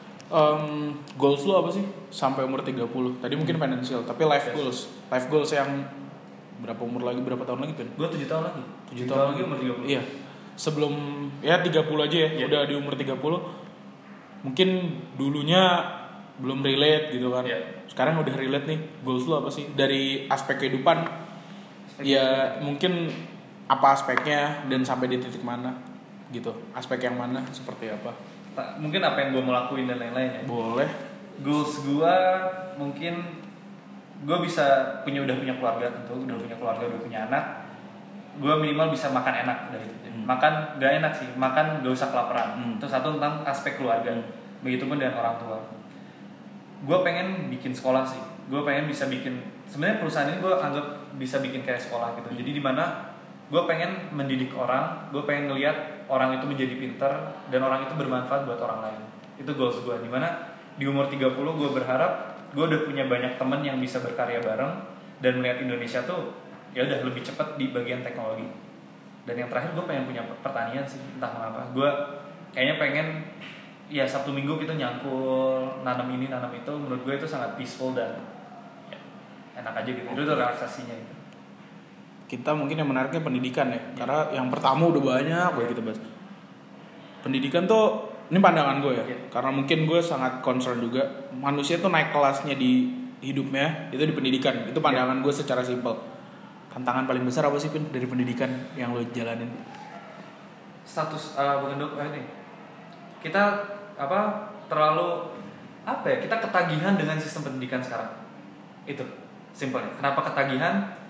Um, goals lu apa sih sampai umur tiga puluh? Tadi mungkin financial, tapi life yes. goals. Life goals yang berapa umur lagi, berapa tahun lagi, Ben? Gua tujuh tahun lagi. tujuh tahun lagi umur tiga puluh. Iya. Sebelum ya tiga puluh aja ya, yeah. udah di umur tiga puluh. Mungkin dulunya belum relate gitu kan, yeah. sekarang udah relate nih. Goals lu apa sih dari aspek kehidupan? Aspek ya kehidupan. Mungkin apa aspeknya dan sampai di titik mana gitu, aspek yang mana, seperti apa? Mungkin apa yang gue mau lakuin dan lain-lain ya. Boleh. Goals gue mungkin gue bisa punya udah punya keluarga tentu, udah punya keluarga, udah punya anak. Gue minimal bisa makan enak dari itu. Hmm. Makan gak enak sih, makan gak usah kelaparan. Hmm. Itu satu tentang aspek keluarga. Hmm. Begitupun dengan orang tua. Gue pengen bikin sekolah sih. Gue pengen bisa bikin, sebenarnya perusahaan ini gue anggap bisa bikin kayak sekolah gitu. Hmm. Jadi di mana gue pengen mendidik orang, gue pengen ngelihat orang itu menjadi pintar dan orang itu bermanfaat buat orang lain. Itu goals gue. Di mana di umur tiga puluh gue berharap gue udah punya banyak teman yang bisa berkarya bareng dan melihat Indonesia tuh ya udah lebih cepat di bagian teknologi. Dan yang terakhir gue pengen punya pertanian sih, entah mengapa. Gue kayaknya pengen ya Sabtu Minggu kita nyangkul, nanam ini, nanam itu. Menurut gue itu sangat peaceful dan ya, enak aja gitu. Itu tuh relaksasinya gitu. Kita mungkin yang menariknya pendidikan ya, ya. Karena yang pertama udah banyak gue kita bahas. Pendidikan tuh, ini pandangan gue ya, ya. Karena mungkin gue sangat concern juga manusia tuh naik kelasnya di hidupnya itu di pendidikan. Itu pandangan ya. Gue secara simpel. Tantangan paling besar apa sih, Pin, dari pendidikan yang lo jalanin? Status uh, bukan dok ini. Kita apa terlalu apa ya? Kita ketagihan dengan sistem pendidikan sekarang. Itu simpelnya. Kenapa ketagihan?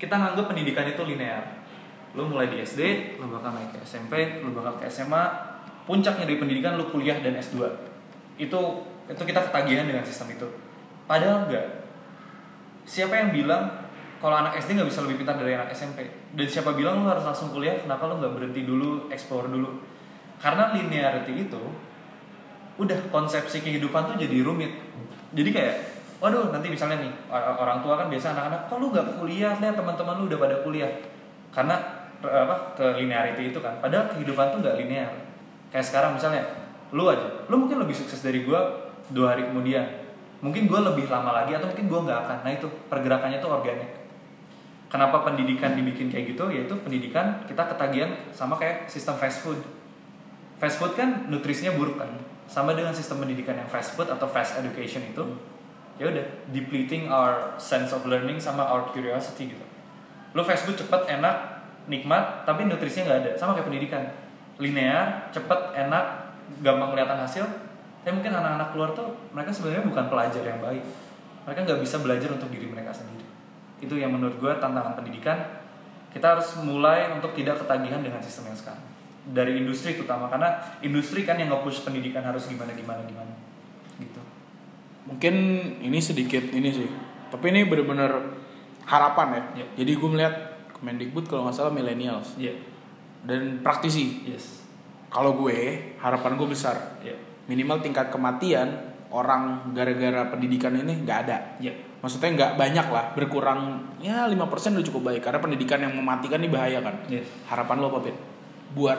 kita nganggap pendidikan itu linear. Lu mulai di S D, lu bakal naik ke S M P, lu bakal ke S M A, puncaknya dari pendidikan lu kuliah dan S dua. Itu itu kita ketagihan dengan sistem itu. Padahal enggak. Siapa yang bilang kalau anak S D nggak bisa lebih pintar dari anak S M P? Dan siapa bilang lu harus langsung kuliah? Kenapa lu nggak berhenti dulu, explore dulu? Karena linearity itu udah konsepsi kehidupan tuh jadi rumit. Jadi kayak, waduh nanti misalnya nih orang tua kan biasa anak-anak, kok lu nggak kuliah? Lihat teman-teman lu udah pada kuliah. Karena apa ke linearity itu kan. Padahal kehidupan tuh nggak linear. Kayak sekarang misalnya, lu aja, lu mungkin lebih sukses dari gua dua hari kemudian. Mungkin gue lebih lama lagi atau mungkin gue nggak akan. Nah itu pergerakannya tuh organik. Kenapa pendidikan dibikin kayak gitu? Yaitu pendidikan kita ketagihan sama kayak sistem fast food. Fast food kan nutrisinya buruk kan. Sama dengan sistem pendidikan yang fast food atau fast education itu, ya udah depleting our sense of learning sama our curiosity gitu. Lo fast food cepet, enak, nikmat, tapi nutrisinya nggak ada. Sama kayak pendidikan, linear, cepet, enak, gampang kelihatan hasil. Tapi mungkin anak-anak keluar tuh mereka sebenarnya bukan pelajar yang baik. Mereka nggak bisa belajar untuk diri mereka sendiri. Itu yang menurut gue tantangan pendidikan. Kita harus mulai untuk tidak ketagihan dengan sistem yang sekarang. Dari industri terutama, karena industri kan yang nge-push pendidikan harus gimana gimana gimana gitu. Mungkin ini sedikit ini sih, tapi ini benar-benar harapan ya. Yeah. Jadi gue melihat Kemendikbud kalau nggak salah millennials yeah. dan praktisi. Yes. Kalau gue harapan gue besar. Yeah. Minimal tingkat kematian orang gara-gara pendidikan ini nggak ada. Yeah. Maksudnya nggak banyak lah, berkurang ya lima persen udah cukup baik. Karena pendidikan yang mematikan ini bahaya kan. Yes. Harapan lo apa, Pit? Buat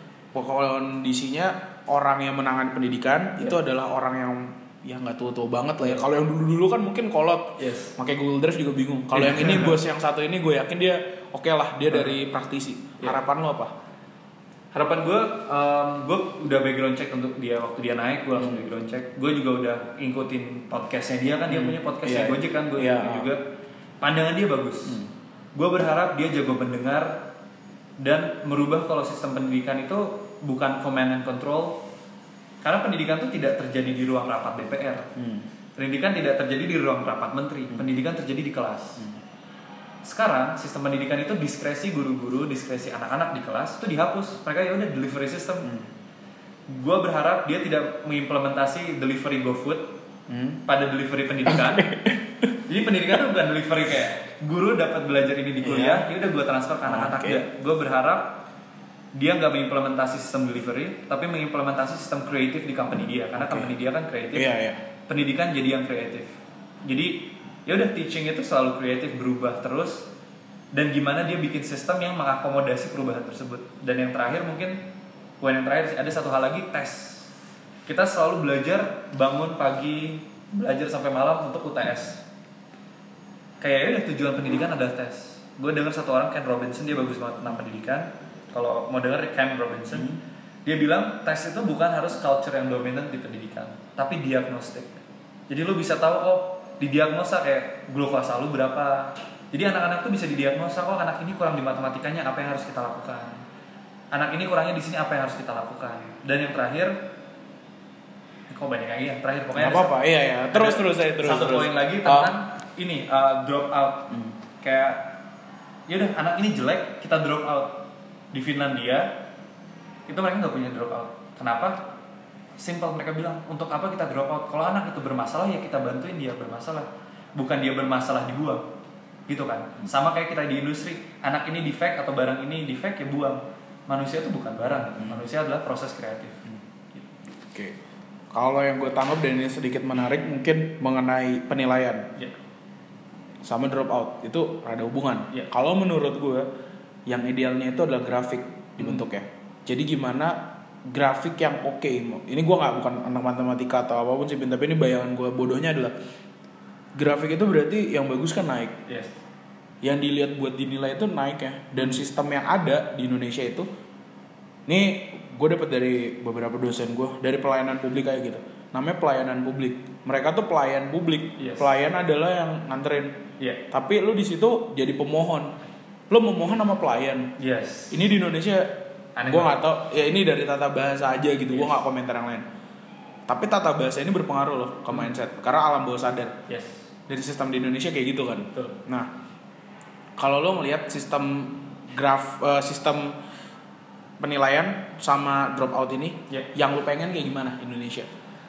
kondisinya orang yang menangani pendidikan yeah. itu adalah orang yang ya nggak tua-tua banget lah ya. Kalau yang dulu-dulu kan mungkin kolot, yes. pakai Google Drive juga bingung. Kalau yang ini bos yang satu ini gue yakin dia oke okay lah, dia dari praktisi. Yeah. Harapan lo apa? Harapan gue, um, gue udah background check untuk dia waktu dia naik, gue langsung hmm. background check. Gue juga udah ngikutin podcastnya dia kan, dia hmm. punya podcastnya yeah. Gojek kan, gue yeah. ikutin juga. Pandangan dia bagus. Hmm. Gue berharap dia jago mendengar dan merubah kalau sistem pendidikan itu bukan command and control. Karena pendidikan itu tidak terjadi di ruang rapat D P R. Hmm. Pendidikan tidak terjadi di ruang rapat menteri. Hmm. Pendidikan terjadi di kelas. Hmm. Sekarang sistem pendidikan itu diskresi guru-guru, diskresi anak-anak di kelas itu dihapus. Mereka ya udah delivery system. Hmm. Gua berharap dia tidak mengimplementasi delivery GoFood hmm. pada delivery pendidikan. Jadi pendidikan itu bukan delivery kayak guru dapat belajar ini di kuliah, yeah. ya udah gua transfer ke anak-anak dia. Okay. Gua berharap dia nggak mengimplementasi sistem delivery, tapi mengimplementasi sistem kreatif di company dia. Karena okay. company dia kan kreatif. Yeah, yeah. Pendidikan jadi yang kreatif. Jadi ya udah teaching itu selalu kreatif, berubah terus. Dan gimana dia bikin sistem yang mengakomodasi perubahan tersebut. Dan yang terakhir mungkin, poin yang terakhir ada satu hal lagi, tes. Kita selalu belajar bangun pagi, belajar sampai malam untuk U T S. Kayaknya udah tujuan pendidikan adalah tes. Gue dengar satu orang, Ken Robinson, dia bagus banget tentang pendidikan. Kalau mau denger Ken Robinson, hmm. dia bilang tes itu bukan harus culture yang dominan di pendidikan, tapi diagnostik. Jadi lu bisa tahu oh didiagnosa kayak glukosa lu berapa. Jadi anak-anak tuh bisa didiagnosa oh anak ini kurang di matematikanya, apa yang harus kita lakukan. Anak ini kurangnya di sini, apa yang harus kita lakukan. Dan yang terakhir, kok banyak lagi yang terakhir pokoknya. Apa apa, iya ya. Terus terus saya terus. Satu terus. poin lagi tentang oh. ini uh, drop out. Hmm. Kayak ya udah anak ini jelek, kita drop out. Di Finlandia itu mereka nggak punya drop out. Kenapa? Simple, mereka bilang untuk apa kita drop out? Kalau anak itu bermasalah ya kita bantuin dia bermasalah, bukan dia bermasalah dibuang, gitu kan? Sama kayak kita di industri, anak ini defect atau barang ini defect ya buang. Manusia itu bukan barang, manusia adalah proses kreatif. Oke. Okay. Kalau yang gue tangkap dan ini sedikit menarik mungkin mengenai penilaian, yeah. sama drop out itu ada hubungan. Yeah. Kalau menurut gue yang idealnya itu adalah grafik dibentuknya. Hmm. Jadi gimana grafik yang oke. Okay. Ini gue nggak bukan anak matematika atau apapun sih, tapi ini bayangan gue bodohnya adalah grafik itu berarti yang bagus kan naik. Yes. Yang dilihat buat dinilai itu naik ya. Dan sistem yang ada di Indonesia itu, ini gue dapat dari beberapa dosen gue dari pelayanan publik kayak gitu. Namanya pelayanan publik. Mereka tuh pelayan publik. Yes. Pelayan adalah yang nganterin. Yeah. Tapi lu di situ jadi pemohon. Lo memohon sama pelayan. Yes. Ini di Indonesia gue nggak tau. Ya ini dari tata bahasa aja gitu. Yes. Gue nggak komentar yang lain. Tapi tata bahasa ini berpengaruh loh ke mindset. Karena alam bawah sadar. Yes. Dari sistem di Indonesia kayak gitu kan. Betul. Nah, kalau lo ngelihat sistem graf uh, sistem penilaian sama dropout ini, yeah. yang lo pengen kayak gimana Indonesia?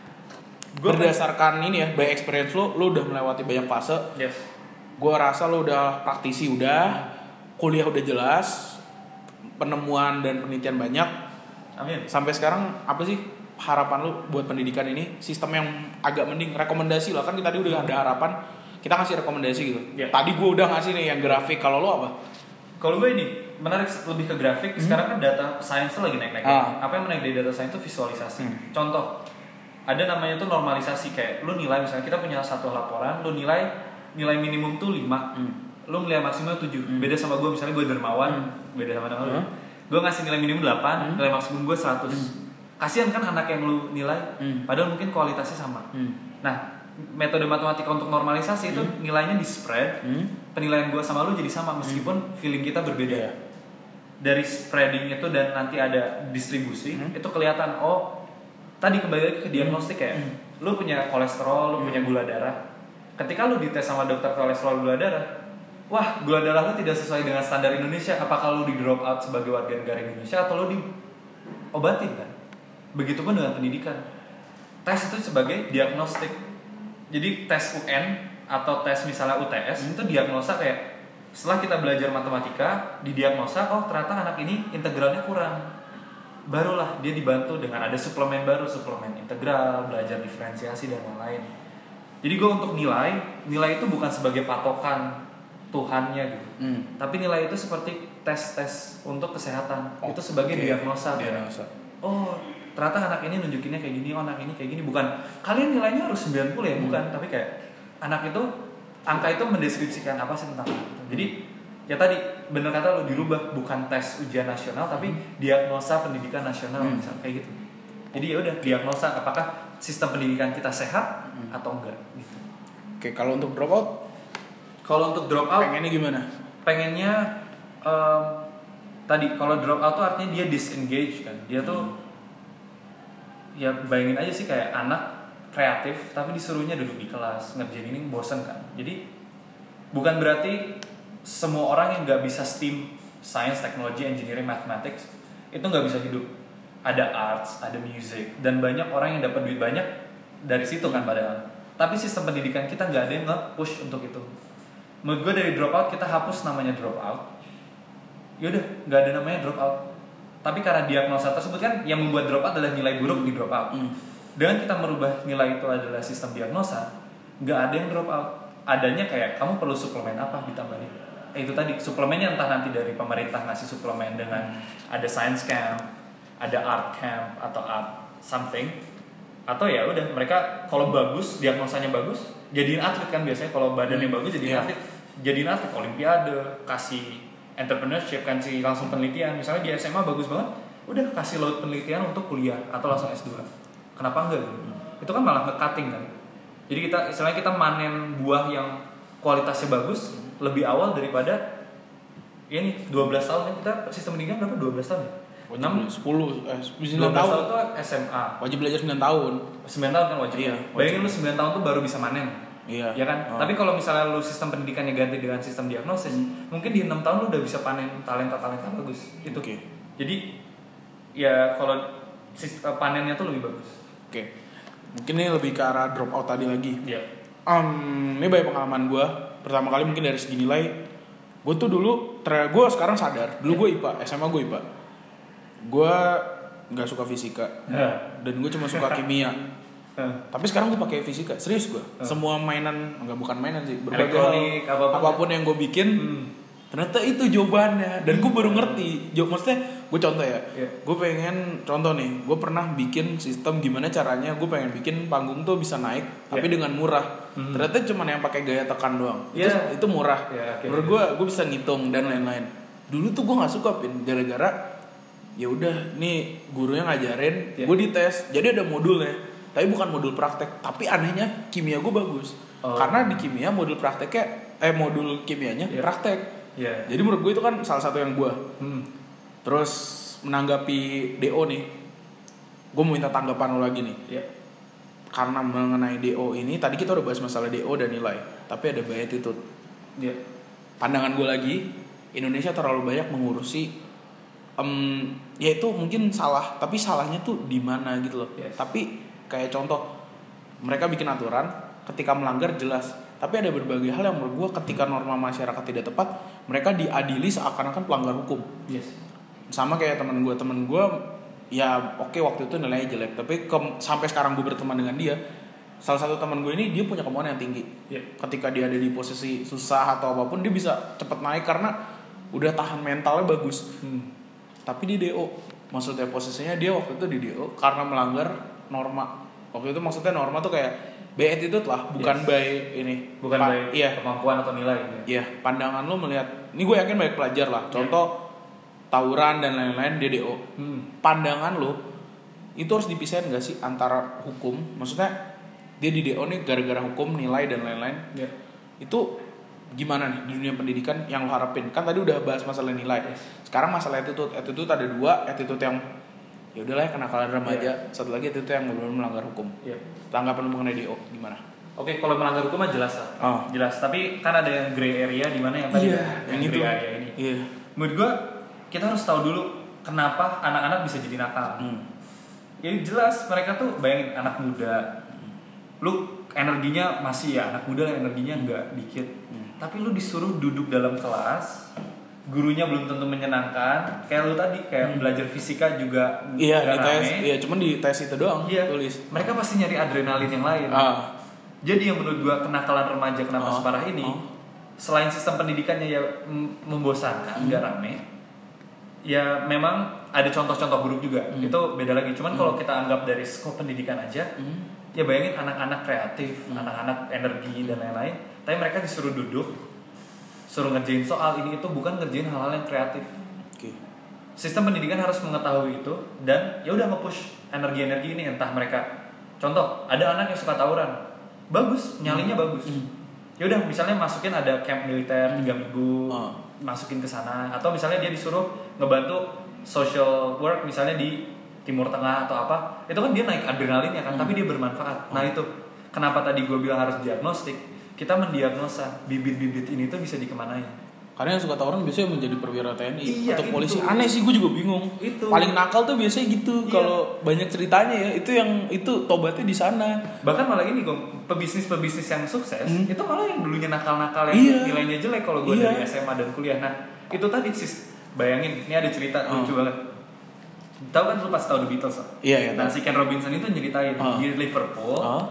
Gua Berdasarkan pengen... ini ya, by experience lo, lo udah melewati banyak fase. Yes. Gue rasa lo udah praktisi, udah kuliah udah jelas, penemuan dan penelitian banyak. Amin. Sampai sekarang apa sih harapan lo buat pendidikan ini? Sistem yang agak mending, rekomendasi lah, kan kita tadi udah ada harapan, kita kasih rekomendasi gitu. Yeah. Tadi gue udah ngasih nih yang grafik, kalau lo apa? Kalau gue ini menarik lebih ke grafik. Hmm. Sekarang kan data science tuh lagi naik-naik. Ah. Apa yang menaik dari data science itu visualisasi. Hmm. Contoh, ada namanya tuh normalisasi, kayak lu nilai misalnya kita punya satu laporan, lu nilai nilai minimum tuh lima, hmm. lu nilai maksimum tujuh. Hmm. Beda sama gue, misalnya gue dermawan, hmm. beda sama nama lu. Hmm. Gue ngasih nilai minimum delapan, hmm. nilai maksimum gue seratus. Hmm. Kasian kan anak yang lu nilai, hmm. padahal mungkin kualitasnya sama. Hmm. Nah, metode matematika untuk normalisasi itu hmm. nilainya di spread, hmm. penilaian gue sama lu jadi sama meskipun hmm. feeling kita berbeda. Yeah. Dari spreading itu dan nanti ada distribusi, hmm. itu kelihatan, oh tadi kembali lagi ke diagnostik kayak hmm. lu punya kolesterol, lu hmm. punya gula darah. Ketika lu dites sama dokter kolesterol gula darah, wah gula darah lu tidak sesuai dengan standar Indonesia, apakah lu di drop out sebagai warga negara Indonesia atau lu diobatin kan? Begitupun dengan pendidikan. Tes itu sebagai diagnostik. Jadi tes U N atau tes misalnya U T S hmm. itu diagnosa kayak setelah kita belajar matematika, didiagnosa oh ternyata anak ini integralnya kurang. Barulah dia dibantu dengan ada suplemen baru, suplemen integral, belajar diferensiasi dan lain-lain. Jadi gue untuk nilai, nilai itu bukan sebagai patokan Tuhannya gitu. Hmm. Tapi nilai itu seperti tes-tes untuk kesehatan. Oh, itu sebagai okay. diagnosa. Diagnosa. Oh, ternyata anak ini nunjukinnya kayak gini, oh anak ini kayak gini. Bukan kalian nilainya harus sembilan puluh ya, hmm. bukan, tapi kayak anak itu angka itu mendeskripsikan apa sih tentang anak itu. Jadi ya tadi bener kata lo dirubah, bukan tes ujian nasional tapi diagnosa pendidikan nasional hmm. misalnya kayak gitu. Jadi ya udah diagnosa apakah sistem pendidikan kita sehat hmm. atau enggak gitu. Oke, kalau untuk dropout? Kalau untuk dropout pengennya gimana? Pengennya um, tadi kalau dropout tuh artinya dia disengage kan. Dia tuh hmm. ya bayangin aja sih kayak anak kreatif tapi disuruhnya duduk di kelas ngerjain ini bosan kan. Jadi bukan berarti semua orang yang nggak bisa STEAM, science, technology, engineering, mathematics itu nggak bisa hidup. Ada arts, ada music dan banyak orang yang dapat duit banyak dari situ kan padahal. Tapi sistem pendidikan kita nggak ada yang nge-push untuk itu. Menurut gue dari dropout kita hapus namanya dropout. Yaudah nggak ada namanya dropout. Tapi karena diagnosa tersebut kan yang membuat dropout adalah nilai buruk di dropout. Hmm. Dengan kita merubah nilai itu adalah sistem diagnosa, nggak ada yang drop out. Adanya kayak kamu perlu suplemen apa ditambahin. Eh, itu tadi suplemennya entah nanti dari pemerintah ngasih suplemen dengan ada science camp, ada art camp atau art something. Atau ya udah mereka kalau bagus diagnosanya bagus, jadiin atlet kan biasanya kalau badannya hmm. bagus jadiin yeah. atlet, jadiin atlet olimpiade, kasih entrepreneurship, kasih langsung penelitian. Misalnya di S M A bagus banget, udah kasih load penelitian untuk kuliah atau langsung S dua. Kenapa enggak gitu? Hmm. Itu kan malah nge-cutting kan. Jadi kita istilahnya kita manen buah yang kualitasnya bagus hmm. lebih awal daripada ini dua belas tahun kan kita sistem pendidikan berapa? dua belas tahun ya? enam, sepuluh, eh, sembilan tahun. tahun tuh S M A. Wajib belajar sembilan tahun. sembilan tahun kan wajib. Iya, wajib. Bayangin lu sembilan tahun tuh baru bisa manen. Iya. Ya kan? Oh. Tapi kalau misalnya lu sistem pendidikannya ganti dengan sistem diagnosis, hmm. mungkin di enam tahun lu udah bisa panen talenta-talenta bagus. Itu. Okay. Jadi ya kalau sistem panennya tuh lebih bagus. Oke, okay. Mungkin ini lebih ke arah drop out tadi lagi. Iya. Yeah. Um, ini banyak pengalaman gue. Pertama kali mungkin dari segi nilai, gue tuh dulu, ter- gue sekarang sadar, dulu gue I P A, S M A gue I P A, gue nggak suka fisika, yeah. dan gue cuma suka kimia. Yeah. Tapi sekarang gue pakai fisika, serius gue. Yeah. Semua mainan, nggak bukan mainan sih, berbagai hal, apapun, apapun yang gue bikin. Hmm. Ternyata itu jawabannya dan gue baru ngerti. Jawab maksudnya gue contoh ya. Yeah. Gue pengen contoh nih, gue pernah bikin sistem gimana caranya gue pengen bikin panggung tuh bisa naik yeah. tapi dengan murah. Mm-hmm. Ternyata cuma yang pakai gaya tekan doang. Yeah. Itu, itu murah. Yeah, okay. Menurut gue gue bisa ngitung dan lain-lain. Dulu tuh gue nggak suka pin gara-gara ya udah nih gurunya ngajarin, yeah. gue dites. Jadi ada modulnya, tapi bukan modul praktek. Tapi anehnya kimia gue bagus. Oh. Karena di kimia modul prakteknya eh modul kimianya yeah. praktek. Yeah. Jadi menurut gue itu kan salah satu yang gue. Hmm. Terus menanggapi D O nih, gue mau minta tanggapan lo lagi nih. Yeah. Karena mengenai D O ini, tadi kita udah bahas masalah D O dan nilai, tapi ada by attitude. Yeah. pandangan gue lagi, Indonesia terlalu banyak mengurusi um, ya itu mungkin salah, tapi salahnya tuh di mana gitu loh. Yes. Tapi kayak contoh, mereka bikin aturan, ketika melanggar jelas. Tapi ada berbagai hal yang menurut gue ketika norma masyarakat tidak tepat, mereka diadili seakan-akan pelanggar hukum. Yes. Sama kayak teman gue, teman gue ya oke okay, waktu itu nilainya jelek, tapi ke, sampai sekarang gue berteman dengan dia. Salah satu teman gue ini dia punya kemauan yang tinggi. Yeah. Ketika dia ada di posisi susah atau apapun, dia bisa cepat naik karena udah tahan mentalnya bagus. Hmm. Tapi di D O, maksudnya posisinya dia waktu itu di D O karena melanggar norma. Waktu itu maksudnya norma tuh kayak by attitude lah, bukan yes. by ini. Bukan pa- by iya. kemampuan atau nilai. Iya, pandangan lo melihat. Ini gue yakin banyak pelajar lah. Contoh yeah. tawuran dan lain-lain di D O. Hmm. Pandangan lo itu harus dipisahin nggak sih antara hukum, maksudnya dia di D O nih gara-gara hukum, nilai dan lain-lain. Yeah. Itu gimana nih di dunia pendidikan yang lo harapin? Kan tadi udah bahas masalah nilai. Yes. Sekarang masalah attitude. Attitude ada dua, attitude yang ya udahlah ya kenakalan remaja. Yeah. Satu lagi attitude yang benar-benar melanggar hukum. Yeah. Tanggapan lo mengenai D O gimana? Oke, okay, kalau melanggar hukum mah jelas lah. Oh. Jelas, tapi kan ada yang gray area di mana yang tadi yeah, yang, yang gray area ini. Yeah. Menurut gua kita harus tahu dulu kenapa anak-anak bisa jadi nakal. Hmm. Ya jelas mereka tuh bayangin anak muda. Lu energinya masih ya anak muda energinya enggak dikit. Hmm. Tapi lu disuruh duduk dalam kelas, gurunya belum tentu menyenangkan. Kayak lu tadi kayak hmm. belajar fisika juga iya, di tes, iya, cuman di tes itu doang iya. tulis. Mereka pasti nyari adrenalin yang lain. Ah. Jadi yang menurut gua kenakalan remaja kenapa oh. separah ini, oh. selain sistem pendidikannya ya membosankan, enggak hmm. rame. Ya memang ada contoh-contoh buruk juga. Hmm. Itu beda lagi. Cuman hmm. kalau kita anggap dari skop pendidikan aja, hmm. ya bayangin anak-anak kreatif, hmm. anak-anak energi dan lain-lain, tapi mereka disuruh duduk, suruh ngerjain soal ini itu, bukan ngerjain hal-hal yang kreatif. Okay. Sistem pendidikan harus mengetahui itu dan ya udah nge-push energi-energi ini. Entah mereka, contoh ada anak yang suka tawuran, bagus, nyalinya hmm. bagus. Hmm. Ya udah misalnya masukin ada camp militer tiga minggu, oh. masukin ke sana, atau misalnya dia disuruh ngebantu social work misalnya di Timur Tengah atau apa, itu kan dia naik adrenalinnya kan, hmm. tapi dia bermanfaat. Oh. Nah itu kenapa tadi gue bilang harus diagnostik, kita mendiagnosa bibit-bibit ini tuh bisa dikemanain. Karena yang suka tawuran biasanya menjadi perwira T N I iya, atau polisi. Itu. Aneh sih, gue juga bingung. Itu. Paling nakal tuh biasanya gitu. Iya. Kalau banyak ceritanya ya, itu yang itu tobatnya di sana. Bahkan malah ini kok pebisnis-pebisnis yang sukses, hmm. itu malah yang dulunya nakal-nakal yang iya. nilainya jelek kalau gue iya. dari S M A dan kuliah. Nah itu tadi sis, bayangin ini ada cerita oh. lucu banget. Tahu kan lu pas tahu The Beatles? Iya, iya. Nah si Ken Robinson itu nyeritain oh. di Liverpool. Oh.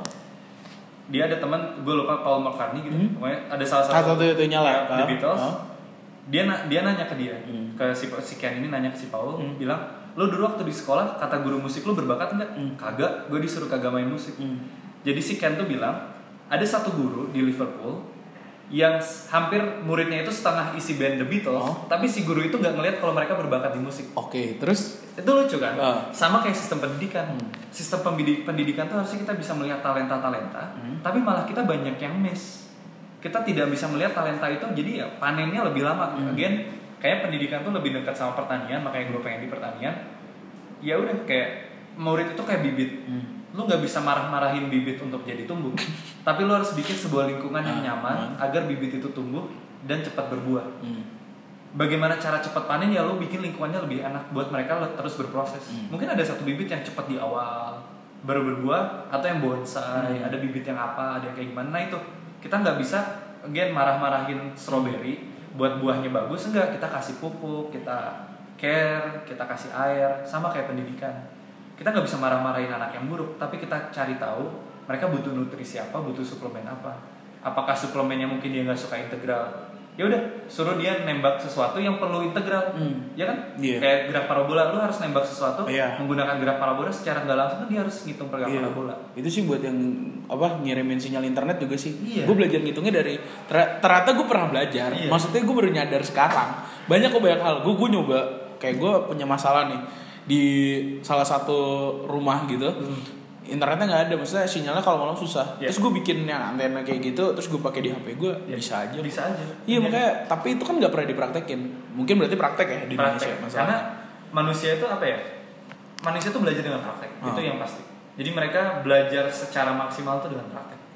Dia ada teman, gue lupa Paul McCartney gitu. Hmm? Pokoknya ada salah satu satu-satunya lah The Beatles. Oh. Dia dia nanya ke dia, hmm. ke si, si Ken ini nanya ke si Paul, hmm. bilang, "Lu dulu waktu di sekolah kata guru musik lu berbakat enggak?" Hmm. "Kagak, gue disuruh kagak main musik." Hmm. Jadi si Ken tuh bilang, ada satu guru di Liverpool yang hampir muridnya itu setengah isi band The Beatles, oh. tapi si guru itu nggak ngelihat kalau mereka berbakat di musik. Oke, okay, terus itu lucu kan? Uh. Sama kayak sistem pendidikan. Hmm. Sistem pendidikan tuh harusnya kita bisa melihat talenta-talenta, hmm. tapi malah kita banyak yang miss. Kita tidak bisa melihat talenta itu, jadi ya panennya lebih lama. Hmm. Again, kayak pendidikan tuh lebih dekat sama pertanian, makanya gue pengen di pertanian. Ya udah kayak murid itu kayak bibit. Hmm. Lu nggak bisa marah-marahin bibit untuk jadi tumbuh, tapi lu harus bikin sebuah lingkungan yang nyaman agar bibit itu tumbuh dan cepat berbuah. Hmm. Bagaimana cara cepat panen ya lu bikin lingkungannya lebih enak buat mereka terus berproses. Hmm. Mungkin ada satu bibit yang cepat di awal baru berbuah, atau yang bonsai, hmm. ada bibit yang apa, ada yang kayak gimana. Nah itu kita nggak bisa again marah-marahin strawberry buat buahnya bagus, enggak, kita kasih pupuk, kita care, kita kasih air, sama kayak pendidikan. Kita nggak bisa marah-marahin anak yang buruk, tapi kita cari tahu mereka butuh nutrisi apa, butuh suplemen apa. Apakah suplemennya mungkin dia nggak suka integral? Ya udah, suruh dia nembak sesuatu yang perlu integral, hmm. ya kan? Yeah. Kayak gerak parabola, lu harus nembak sesuatu yeah. menggunakan gerak parabola secara nggak langsung, kan dia harus ngitung gerak yeah. parabola. Itu sih buat yang apa ngirimin sinyal internet juga sih. Yeah. Gue belajar ngitungnya dari ter- ternyata gue pernah belajar. Yeah. Maksudnya gue baru nyadar sekarang. Banyak kok banyak hal. Gue gue nyoba, kayak gue punya masalah nih di salah satu rumah gitu. Hmm. Internetnya nggak ada, maksudnya sinyalnya kalau malam susah. Yeah. Terus gue bikin yang antena kayak gitu, terus gue pakai di H P gue, yeah. bisa aja. Bisa aja. Iya yeah. makanya, tapi itu kan nggak pernah dipraktekin. Mungkin berarti praktek ya di praktek. Indonesia. Masalah. Karena manusia itu apa ya? Manusia itu belajar dengan praktek, oh. itu yang pasti. Jadi mereka belajar secara maksimal itu dengan praktek.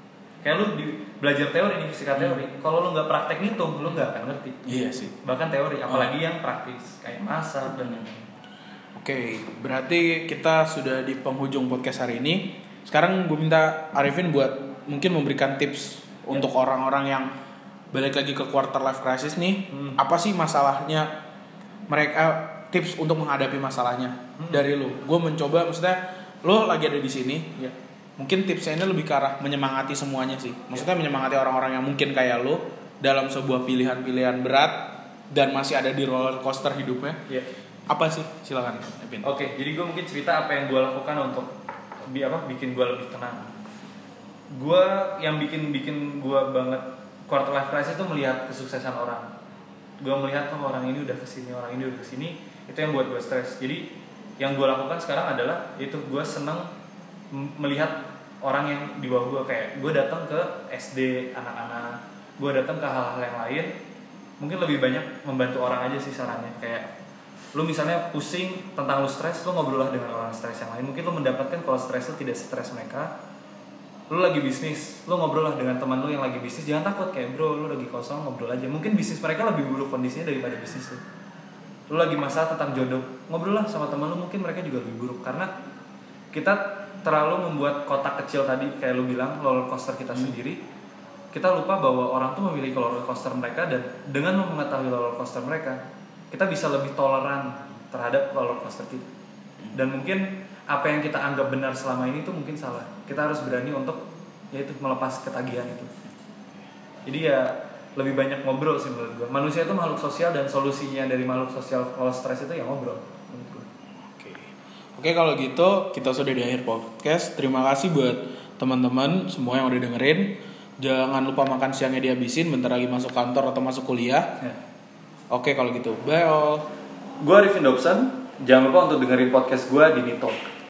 Kayak lu di, belajar teori nih, fisika teori, hmm. kalau lu nggak praktek ngitung, lu nggak akan ngerti. Iya sih. Bahkan teori, apalagi oh. yang praktis kayak masak dan lain-lain. Oke, berarti kita sudah di penghujung podcast hari ini. Sekarang gue minta Arifin buat mungkin memberikan tips ya. Untuk orang-orang yang balik lagi ke quarter life crisis nih. Hmm. Apa sih masalahnya mereka, tips untuk menghadapi masalahnya hmm. dari lu. Gue mencoba, maksudnya lu lagi ada di sini. Ya. Mungkin tipsnya ini lebih ke arah menyemangati semuanya sih. Maksudnya menyemangati orang-orang yang mungkin kayak lo dalam sebuah pilihan-pilihan berat dan masih ada di roller coaster hidupnya. Yeah. Apa sih? Silakan, Epin. Oke, okay, jadi gue mungkin cerita apa yang gue lakukan untuk bi apa bikin gue lebih tenang. Gue yang bikin bikin gue banget quarter life crisis itu melihat kesuksesan orang. Gue melihat oh, orang ini udah kesini, orang ini udah kesini. Itu yang buat gue stres. Jadi yang gue lakukan sekarang adalah itu gue seneng melihat orang yang di bawah gue, kayak gue datang ke S D anak-anak, gue datang ke hal-hal yang lain, mungkin lebih banyak membantu orang aja sih sarannya. Kayak lu misalnya pusing tentang lu stres, lu ngobrol lah dengan orang stres yang lain, mungkin lu mendapatkan kalau stres lu tidak stres mereka. Lu lagi bisnis, lu ngobrol lah dengan teman lu yang lagi bisnis, jangan takut, kayak bro lu lagi kosong ngobrol aja, mungkin bisnis mereka lebih buruk kondisinya daripada bisnis lu. Lu lagi masalah tentang jodoh, ngobrol lah sama teman lu, mungkin mereka juga lebih buruk. Karena kita terlalu membuat kotak kecil tadi kayak lu bilang roller coaster kita hmm. sendiri. Kita lupa bahwa orang tuh memiliki roller coaster mereka, dan dengan mengetahui roller coaster mereka, kita bisa lebih toleran terhadap roller coaster kita. Dan mungkin apa yang kita anggap benar selama ini tuh mungkin salah. Kita harus berani untuk yaitu melepas ketagihan itu. Jadi ya lebih banyak ngobrol sih menurut gue. Manusia itu makhluk sosial, dan solusinya dari makhluk sosial kalau stres itu ya ngobrol. Oke, kalau gitu kita sudah di akhir podcast. Terima kasih buat teman-teman semua yang udah dengerin. Jangan lupa makan siangnya dihabisin, bentar lagi masuk kantor atau masuk kuliah. Ya. Oke, kalau gitu bye all. Gue Arifin Dobson. Jangan lupa untuk dengerin podcast gue di Nitok.